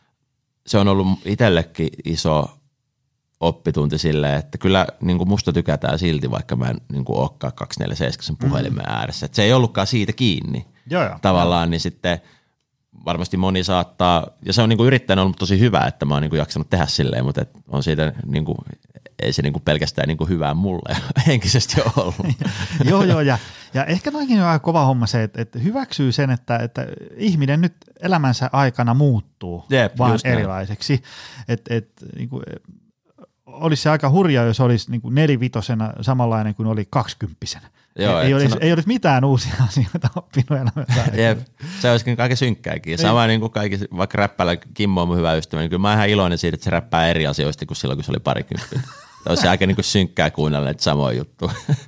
se on ollut itsellekin iso oppitunti silleen, että kyllä niin kuin musta tykätään silti, vaikka mä en niin kuin olekaan kaksikymmentäneljä seitsemän puhelimen mm. ääressä. Että se ei ollutkaan siitä kiinni. Joo, joo. Tavallaan, niin sitten varmasti moni saattaa, ja se on niinku yrittäjänä ollut tosi hyvä, että mä oon niinku jaksanut tehdä silleen, mutta et on siitä niinku, ei se niinku pelkästään niinku hyvää mulle henkisesti ole ollut. joo, joo, ja, ja ehkä noinkin on aika kova homma se, että, että hyväksyy sen, että, että ihminen nyt elämänsä aikana muuttuu Jep, vaan erilaiseksi. Että et, niinku, olisi se aika hurjaa, jos olisi niinku nelivitosena samanlainen kuin oli kaksikymppisenä. Joo, ei, olisi, on... ei olisi mitään uusia asioita oppinut elämässä. Jep, se olisikin kaiken synkkääkin. Sama niin kuin kaikki, vaikka räppäillä Kimmo on mun hyvä ystävä, niin kyllä mä oon ihan iloinen siitä, että se räppää eri asioista kuin silloin, kun se oli parikymppinen. Olisi aika niin kuin synkkää kuunnella näitä samoja juttuja.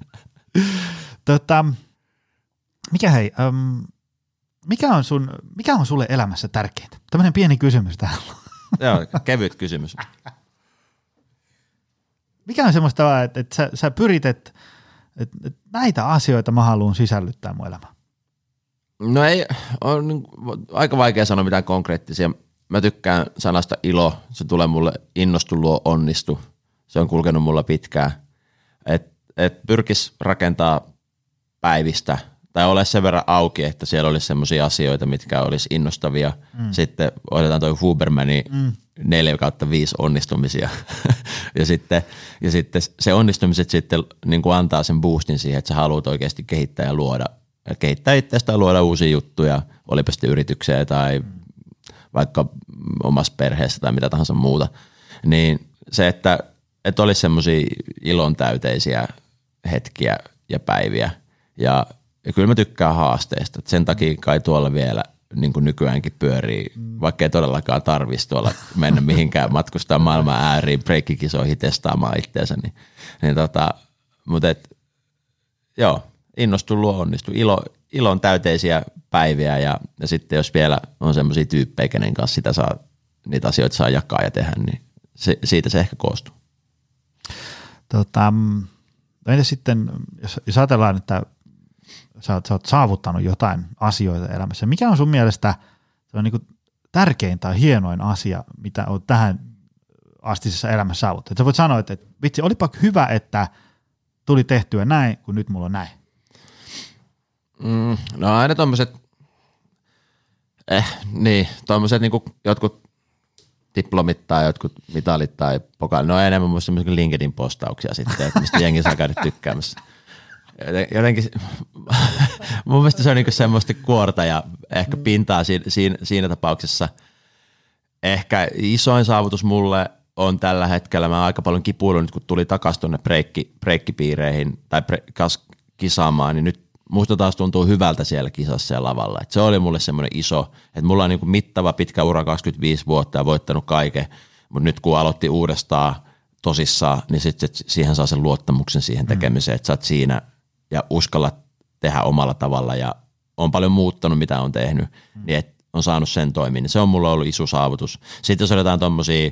tota, mikä hei, um, mikä, on sun, mikä on sulle elämässä tärkeintä? Tämmöinen pieni kysymys täällä. Joo, kevyt kysymys. Mikä on semmoista, että, että sä, sä pyrit, että Et, et näitä asioita mä haluan sisällyttää mun elämään? No ei, on niin, aika vaikea sanoa mitään konkreettisia. Mä tykkään sanasta ilo, se tulee mulle innostu, luo, onnistu. Se on kulkenut mulla pitkään. Et, et pyrkis rakentaa päivistä tai ole sen verran auki, että siellä olisi semmoisia asioita, mitkä olisi innostavia. Mm. Sitten otetaan toi Hubermanin mm. neljä kautta viisi onnistumisia. ja, sitten, ja sitten se onnistumiset sitten niin kuin antaa sen boostin siihen, että sä haluat oikeasti kehittää ja luoda. Ja kehittää itsestä ja luoda uusia juttuja, olipa sitten yrityksiä tai mm. vaikka omassa perheessä tai mitä tahansa muuta. Niin se, että, että olisi semmoisia ilontäyteisiä hetkiä ja päiviä ja Ja kyllä mä tykkään haasteista. Sen takia kai tuolla vielä niin kuin nykyäänkin pyörii, mm. vaikka ei todellakaan tarvitsisi tuolla mennä mihinkään matkustaa maailman ääriin, breikkikisoihin testaamaan itseensä. Niin, niin tota, mutta et, joo, innostu, luo onnistu. Ilo, ilon täyteisiä päiviä ja, ja sitten jos vielä on semmoisia tyyppejä, kenen kanssa sitä saa, niitä asioita saa jakaa ja tehdä, niin se, siitä se ehkä koostuu. Tota, entä sitten, jos, jos ajatellaan, että sä oot, sä oot saavuttanut jotain asioita elämässä, mikä on sun mielestä se on niin kuin tärkein tai hienoin asia, mitä oot tähän astisessa elämässä saavuttanut? Sä voit sanoa, että, että vitsi, olipa hyvä, että tuli tehtyä näin, kun nyt mulla on näin. Mm, no aina tommoset, eh, niin, tommoset niinku jotkut diplomit tai jotkut mitalit tai pokaalit, ne on enemmän muista semmoisia LinkedIn-postauksia sitten, että mistä jengi saa käydä tykkäämässä. Jotenkin, mun mielestä se on niinku semmoista kuorta ja ehkä pintaa siinä, siinä, siinä tapauksessa. Ehkä isoin saavutus mulle on tällä hetkellä, mä aika paljon kipuilun nyt kun tuli takaisin tuonne breikki, breikkipiireihin tai bre, kas, kisaamaan, niin nyt musta taas tuntuu hyvältä siellä kisassa ja lavalla. Et se oli mulle semmoinen iso, että mulla on niinku mittava pitkä ura kaksikymmentäviisi vuotta ja voittanut kaiken, mutta nyt kun aloitti uudestaan tosissaan, niin sitten siihen saa sen luottamuksen siihen tekemiseen, että sä oot siinä ja uskalla tehdä omalla tavalla ja on paljon muuttanut mitä on tehnyt, mm. niin et on saanut sen toimia, niin se on mulla ollut iso saavutus. Sitten jos on jotain tommosia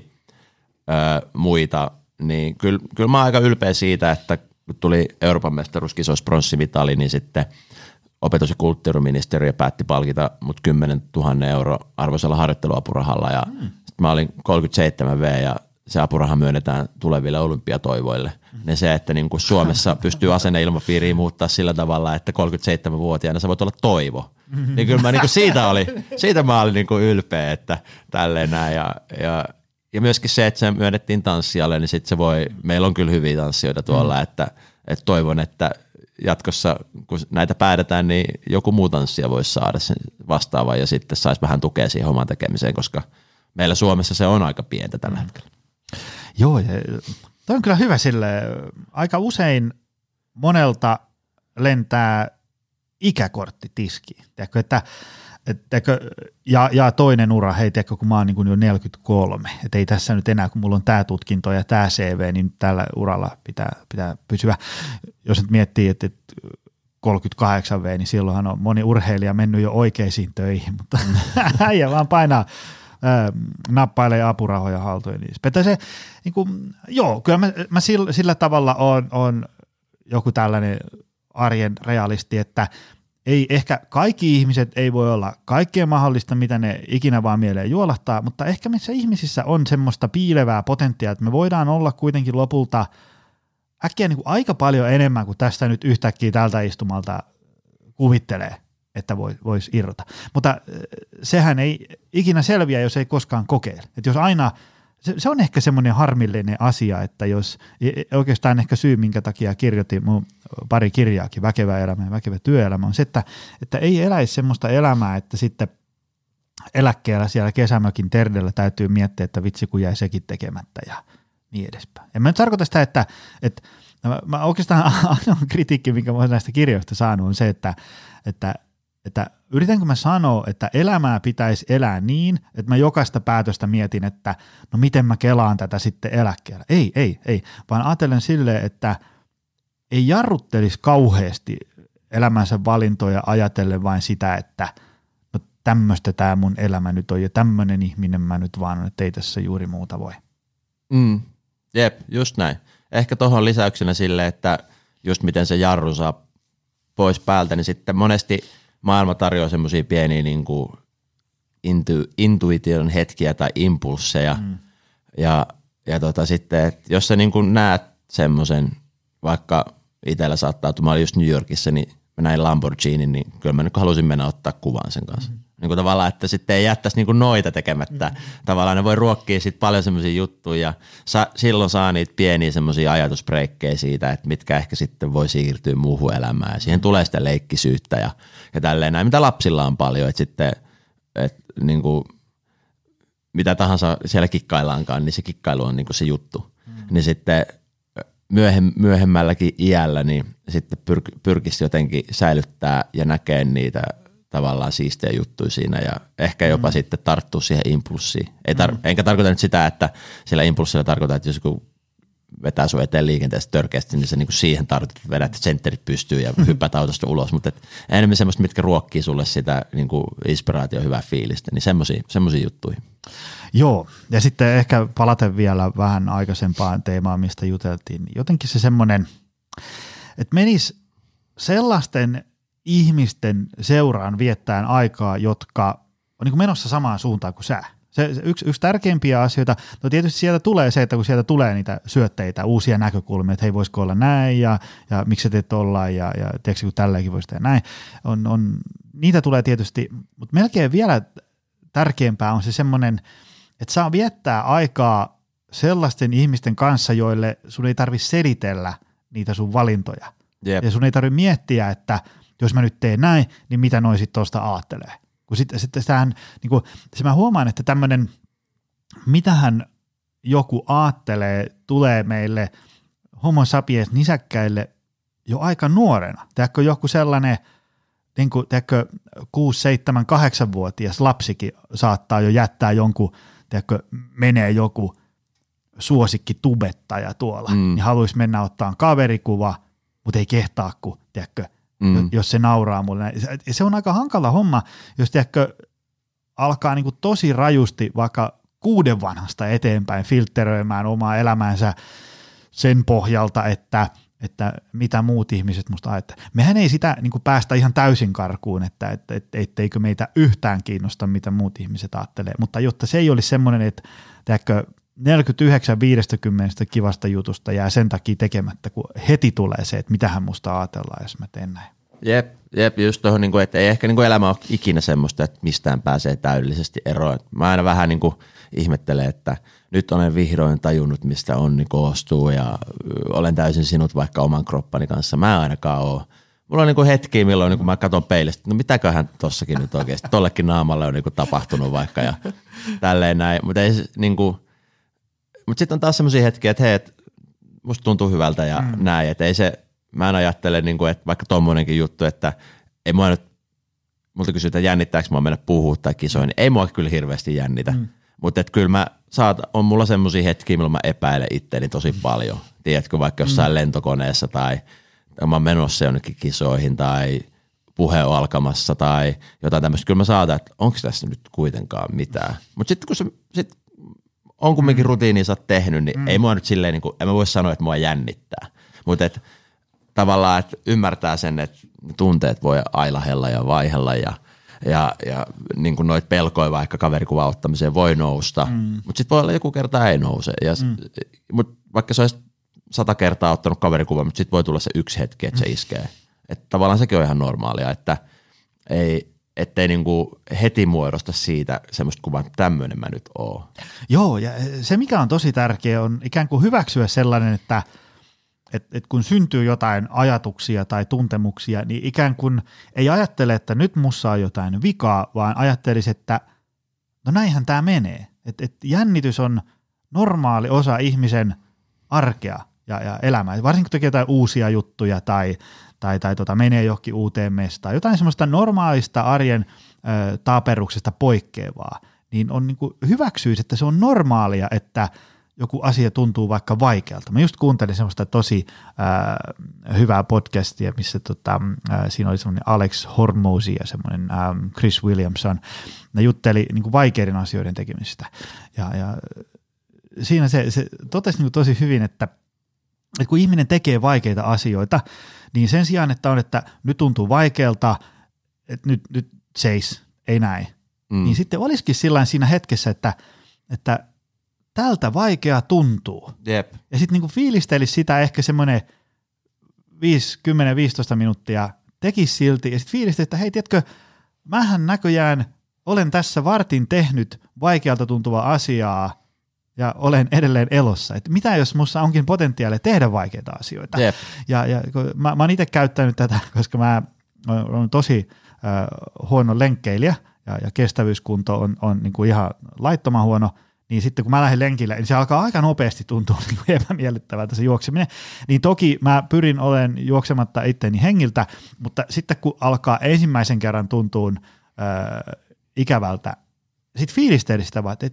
ö, muita, niin kyllä, kyllä mä oon aika ylpeä siitä, että kun tuli Euroopan mestaruuskisoissa pronssimitali, niin sitten opetus- ja kulttuuriministeriö päätti palkita mut kymmenen tuhatta euro arvoisella harjoitteluapurahalla ja mm. sitten mä olin kolmekymmentäseitsemän vuotias ja se apuraha myönnetään tuleville olympiatoivoille. Mm. Niin se, että niin kuin Suomessa pystyy asenneilmapiiriin muuttaa sillä tavalla, että kolmekymmentäseitsemänvuotiaana sä voit olla toivo. Mm. Niin kyllä mä niin kuin siitä, oli, siitä mä olin niin kuin ylpeä, että tälleen näin ja, ja Ja myöskin se, että se myönnettiin tanssijalle, niin sitten se voi, meillä on kyllä hyviä tanssijoita tuolla, mm. että, että toivon, että jatkossa kun näitä päätetään, niin joku muu tanssija voisi saada sen vastaavan ja sitten saisi vähän tukea siihen omaan tekemiseen, koska meillä Suomessa se on aika pientä tällä hetkellä. Joo, ja toi on kyllä hyvä sille. Aika usein monelta lentää ikäkortti tiskiin, tiedätkö, että Et, teekö, ja, ja toinen ura, hei tiedätkö, kun mä oon niin kuin jo neljäkymmentäkolme, että ei tässä nyt enää, kun mulla on tämä tutkinto ja tämä C V, niin tällä uralla pitää, pitää pysyä. Jos nyt miettii, että, että kolmekymmentäkahdeksan vuotias, niin silloinhan on moni urheilija mennyt jo oikeisiin töihin, mutta äijä vaan painaa, ää, nappailee apurahoja haltuun. Niin se, niin kuin, joo, kyllä mä, mä sillä, sillä tavalla on, on joku tällainen arjen realisti, että ei ehkä kaikki ihmiset ei voi olla kaikkea mahdollista, mitä ne ikinä vaan mieleen juolahtaa, mutta ehkä meissä ihmisissä on semmoista piilevää potentiaa, että me voidaan olla kuitenkin lopulta äkkiä niin kuin aika paljon enemmän kuin tästä nyt yhtäkkiä tältä istumalta kuvittelee, että voisi irrota. Mutta sehän ei ikinä selviä, jos ei koskaan kokeile. Että jos aina, se, se on ehkä semmoinen harmillinen asia, että jos oikeastaan ehkä syy, minkä takia kirjoitin mun pari kirjaakin, Väkevä elämä ja väkevä työelämä, on se, että, että ei eläisi semmoista elämää, että sitten eläkkeellä siellä kesämökin terdellä täytyy miettiä, että vitsi kun jäi sekin tekemättä ja niin edespäin. En mä nyt tarkoita sitä, että, että mä oikeastaan ainoa kritiikki, minkä mä olen näistä kirjoista saanut, on se, että, että, että yritänkö mä sanoa, että elämää pitäisi elää niin, että mä jokaista päätöstä mietin, että no miten mä kelaan tätä sitten eläkkeellä. Ei, ei, ei, vaan ajattelen silleen, että ei jarruttelisi kauheasti elämänsä valintoja ajatellen vain sitä, että no tämmöistä tämä mun elämä nyt on ja tämmöinen ihminen mä nyt vaan on, että ei tässä juuri muuta voi. Mm. Jep, just näin. Ehkä tuohon lisäyksenä sille, että just miten se jarru saa pois päältä, niin sitten monesti maailma tarjoaa semmoisia pieniä niin kuin intu, intuition hetkiä tai impulsseja. Mm. Ja, ja tota sitten, että jos sä niin kuin näet semmoisen, vaikka itsellä saattaa, että mä olin just New Yorkissa, niin mä näin Lamborghinin, niin kyllä mä nyt halusin mennä ottaa kuvan sen kanssa. Mm. Niin kuin tavallaan, että sitten ei jättäisi niin kuin noita tekemättä. Mm. Tavallaan ne voi ruokkia sitten paljon semmoisia juttuja ja sa, silloin saa niitä pieniä semmoisia ajatusbreikkejä siitä, että mitkä ehkä sitten voi siirtyä muuhun elämään. Ja siihen tulee sitä leikkisyyttä ja, ja tälleen näin, mitä lapsilla on paljon, että sitten että niin kuin, mitä tahansa siellä kikkaillaankaan, niin se kikkailu on niin kuin se juttu. Mm. Niin sitten myöhem, myöhemmälläkin iällä niin sitten pyr, pyrkisi jotenkin säilyttää ja näkee niitä tavallaan siistejä juttuja siinä ja ehkä jopa mm. sitten tarttua siihen impulssiin. Ei tar- mm. Enkä tarkoita nyt sitä, että sillä impulssilla tarkoittaa, että jos joku vetää sun eteen liikenteestä törkeästi, niin sä niin kuin siihen tarvitset, että vedät sentterit pystyy ja hyppäät autosta ulos, mutta et enemmän semmoista, mitkä ruokkii sulle sitä niin kuin inspiraatio, hyvää fiilistä, niin semmoisia, semmoisia juttuja. Joo, ja sitten ehkä palaten vielä vähän aikaisempaan teemaan, mistä juteltiin, niin jotenkin se semmoinen, että menisi sellaisten ihmisten seuraan viettäen aikaa, jotka on niin kuin menossa samaan suuntaan kuin sä. Se, se yksi, yksi tärkeimpiä asioita, no tietysti sieltä tulee se, että kun sieltä tulee niitä syötteitä, uusia näkökulmia, että hei, voisiko olla näin ja, ja miksi te ette olla ja, ja tiedätkö, kun tälläkin voisi tehdä näin, on, on, niitä tulee tietysti, mutta melkein vielä tärkeämpää on se semmoinen, että saa viettää aikaa sellaisten ihmisten kanssa, joille sun ei tarvitse selitellä niitä sun valintoja. Yep. Ja sun ei tarvitse miettiä, että jos mä nyt teen näin, niin mitä noi sitten tuosta aattelee. Kun sitten sit sitähän, niin kun, se mä huomaan, että tämmöinen, mitähän joku aattelee, tulee meille homo sapiens nisäkkäille jo aika nuorena. Tiedätkö joku sellainen, niin kuin, tiedätkö, kuusi, seitsemän, kahdeksanvuotias lapsikin saattaa jo jättää jonkun, tiedätkö, menee joku suosikki tubettaja tuolla, mm. niin haluaisi mennä ottaa kaverikuva, mutta ei kehtaa, kun, tiedätkö, mm. jos se nauraa mulle. Se on aika hankala homma, jos, tiedätkö, alkaa niin kuin tosi rajusti vaikka kuuden vanhasta eteenpäin filtteröimään omaa elämäänsä sen pohjalta, että että mitä muut ihmiset musta ajattelevat. Mehän ei sitä niin kuin päästä ihan täysin karkuun, että, että, että etteikö meitä yhtään kiinnosta, mitä muut ihmiset ajattelee, mutta jotta se ei olisi semmoinen, että tiedätkö, neljäkymmentäyhdeksän viisikymmentä kivasta jutusta jää sen takia tekemättä, kun heti tulee se, että mitähän musta ajatellaan, jos mä teen näin. Jep, jep just tuohon, niin että ei ehkä niin kuin elämä ole ikinä semmoista, että mistään pääsee täydellisesti eroon. Mä aina vähän niin kuin ihmettelen, että nyt olen vihdoin tajunnut, mistä onni koostuu ja olen täysin sinut vaikka oman kroppani kanssa. Mä en ainakaan ole. Mulla on niin kuin hetkiä, milloin niin kuin mä katson peilistä, no mitäköhän tossakin nyt oikeasti, tollekin naamalle on niin kuin tapahtunut vaikka ja tälleen näin. Mutta niin mut sitten on taas semmoisia hetkiä, että hei, et musta tuntuu hyvältä ja mm. näin, että ei se, mä en ajattele, niin kuin, että vaikka tommonenkin juttu, että ei mua nyt, multa kysytään jännittääkö mua mennä puhua tai kisoin, niin ei mua kyllä hirveästi jännitä. Mm. Mutta että kyllä mä saat, on mulla semmoisia hetkiä, milloin mä epäilen itteeni tosi paljon. Tiedätkö, vaikka jossain mm. lentokoneessa tai mä oon menossa jonnekin kisoihin tai puhe on alkamassa tai jotain tämmöistä. Kyllä mä saatan, että onko tässä nyt kuitenkaan mitään. Mutta sitten kun se sit on kumminkin mm. rutiini sä oot tehnyt, niin mm. ei mua nyt silleen, niin kuin, en mä voi sanoa, että mua jännittää. Mutta että tavallaan, että ymmärtää sen, että tunteet voi ailahella ja vaihella ja Ja, ja niin kuin noita pelkoja vaikka kaverikuvan ottamiseen voi nousta, mm. mutta sitten voi olla joku kerta ei nouse. Ja, mm. mut vaikka se olisi sata kertaa ottanut kaverikuvan, mutta sitten voi tulla se yksi hetki, että se iskee. Että tavallaan sekin on ihan normaalia, että ei, ettei niin kuin heti muodosta siitä semmoista kuvaa, että tämmöinen mä nyt oon. Joo, ja se mikä on tosi tärkeä on ikään kuin hyväksyä sellainen, että että et kun syntyy jotain ajatuksia tai tuntemuksia, niin ikään kuin ei ajattele, että nyt mussa on jotain vikaa, vaan ajattelisi, että no näinhän tämä menee. Että et jännitys on normaali osa ihmisen arkea ja, ja elämää. Varsinkin kun tekee jotain uusia juttuja tai, tai, tai tota, menee johonkin uuteen mestaan, jotain semmoista normaalista arjen ö, taaperuksesta poikkeavaa, niin on niin kuin hyväksyisi, että se on normaalia, että joku asia tuntuu vaikka vaikealta. Mä just kuuntelin semmoista tosi äh, hyvää podcastia, missä tota, äh, siinä oli semmoinen Alex Hormozy ja semmoinen ähm, Chris Williamson. Ne jutteli niin kuin vaikeiden asioiden tekemistä. Ja, ja siinä se, se totesi niin kuin tosi hyvin, että, että kun ihminen tekee vaikeita asioita, niin sen sijaan, että on, että nyt tuntuu vaikealta, että nyt, nyt seis, ei näin. Mm. Niin sitten olisikin sillain siinä hetkessä, että, että tältä vaikea tuntuu. Jep. Ja sitten niinku fiilistelisi sitä ehkä semmoinen kymmenen viisitoista minuuttia, tekisi silti ja sitten fiilistelisi, että hei, tiedätkö, mähän näköjään olen tässä vartin tehnyt vaikealta tuntuvaa asiaa ja olen edelleen elossa. Et mitä jos musta onkin potentiaalia tehdä vaikeita asioita? Jep. Ja, ja mä, mä oon itse käyttänyt tätä, koska mä oon tosi äh, huono lenkkeilijä ja, ja kestävyyskunto on, on niinku ihan laittoman huono. Niin sitten kun mä lähden lenkille, niin se alkaa aika nopeasti tuntua niin kuin epämiellyttävältä se juokseminen. Niin toki mä pyrin olen juoksematta itteni hengiltä, mutta sitten kun alkaa ensimmäisen kerran tuntua äh, ikävältä, sitten fiilisteli sitä vaan, että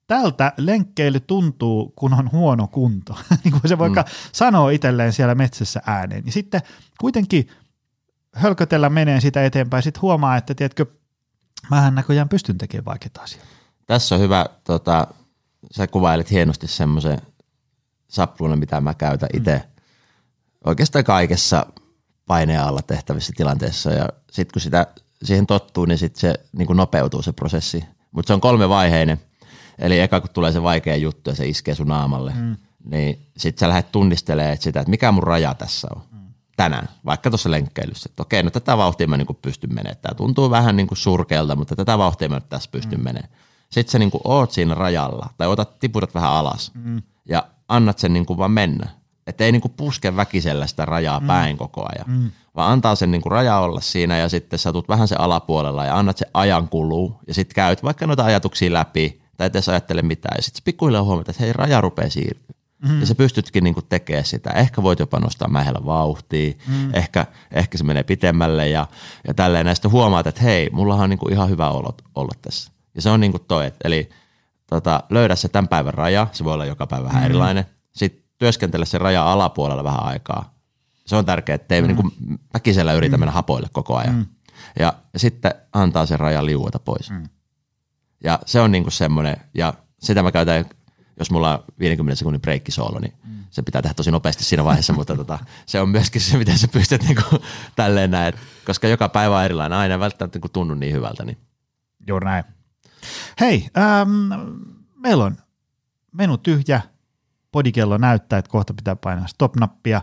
tältä lenkkeily tuntuu, kun on huono kunto. Niin kuin se vaikka mm. sanoo itselleen siellä metsässä ääneen. Ja sitten kuitenkin hölkötellä menee sitä eteenpäin. Sitten huomaa, että tiedätkö, mähän näköjään pystyn tekemään vaikeita asioita. Tässä on hyvä, tota, sä kuvailet hienosti semmoisen sapluunan, mitä mä käytän itse mm. oikeastaan kaikessa paineen alla tehtävissä tilanteissa. Ja sitten kun sitä siihen tottuu, niin sitten se niin kuin nopeutuu se prosessi. Mutta se on kolmevaiheinen. Eli eka kun tulee se vaikea juttu ja se iskee sun naamalle, mm. niin sitten sä lähdet tunnistelemaan että sitä, että mikä mun raja tässä on mm. tänään, vaikka tuossa lenkkeilyssä. Että okei, no tätä vauhtia mä niin pystyn menemään. Tämä tuntuu vähän niin kuin surkealta, mutta tätä vauhtia mä tässä pystyn mm. menemään. Sitten sä niin kuin oot siinä rajalla tai otat, tiputat vähän alas mm. ja annat sen niin kuin vaan mennä. Että ei niin kuin puske väkisellä sitä rajaa mm. päin koko ajan, mm. vaan antaa sen niin kuin raja olla siinä ja sitten sä tulet vähän sen alapuolella ja annat sen ajan kuluu ja sitten käyt vaikka noita ajatuksia läpi tai et edes ajattele mitään. Ja sitten pikkuhiljaa huomata, että hei, raja rupeaa siirtyä. Mm. Ja sä pystytkin niinku tekemään sitä. Ehkä voit jopa nostaa mähellä vauhtia. Mm. Ehkä, ehkä se menee pitemmälle ja, ja tälleen. Ja sitten huomaat, että hei, mullahan on niinku ihan hyvä olo olla tässä. Ja se on niinku toi, että eli tota, löydä se tämän päivän raja. Se voi olla joka päivä vähän mm. erilainen. Sitten työskentele se raja alapuolella vähän aikaa. Se on tärkeää, että ei mm. niinku väkisellä yritä mm. mennä hapoille koko ajan. Mm. Ja, ja sitten antaa sen rajan liuota pois. Mm. Ja se on niinku semmoinen, ja sitä mä käytän, jos mulla on viidenkymmenen sekunnin breikkisoolo, niin mm. se pitää tehdä tosi nopeasti siinä vaiheessa, mutta tota, se on myöskin se, miten sä pystyt niinku tälleen näin, koska joka päivä on erilainen, aina ei välttämättä niinku tunnu niin hyvältä. Niin. Juuri näin. Hei, ähm, meillä on menu tyhjä, podikello näyttää, että kohta pitää painaa stop-nappia.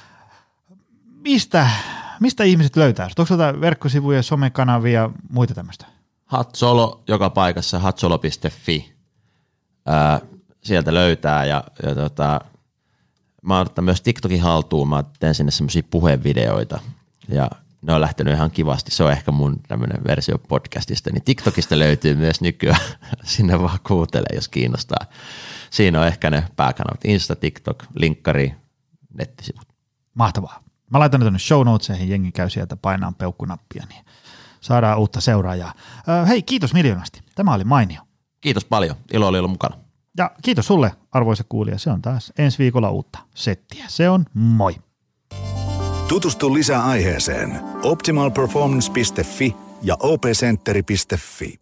Mistä, mistä ihmiset löytää? Onko tuota verkkosivuja, somekanavia ja muita tämmöistä? Hatsolo joka paikassa, hatsolo piste fi. Ää, sieltä löytää ja, ja tota, mä oon ottanut myös TikTokin haltuun, mä teen sinne semmosia puhevideoita ja ne on lähtenyt ihan kivasti, se on ehkä mun tämmönen versio podcastista, niin TikTokista löytyy myös nykyään, sinne vaan kuuntelee, jos kiinnostaa. Siinä on ehkä ne pääkanavat, Insta, TikTok, linkkari, nettisivut. Mahtavaa. Mä laitan ne tuonne show notesihin, jengi käy sieltä painaan peukkunappia, niin saadaan uutta seuraajaa. Hei, kiitos miljoonasti. Tämä oli mainio. Kiitos paljon. Ilo oli olla mukana. Ja kiitos sulle, arvoisa kuulija. Se on taas ensi viikolla uutta settiä. Se on moi. Tutustu lisää aiheeseen optimal performance piste fi ja o p centeri piste fi.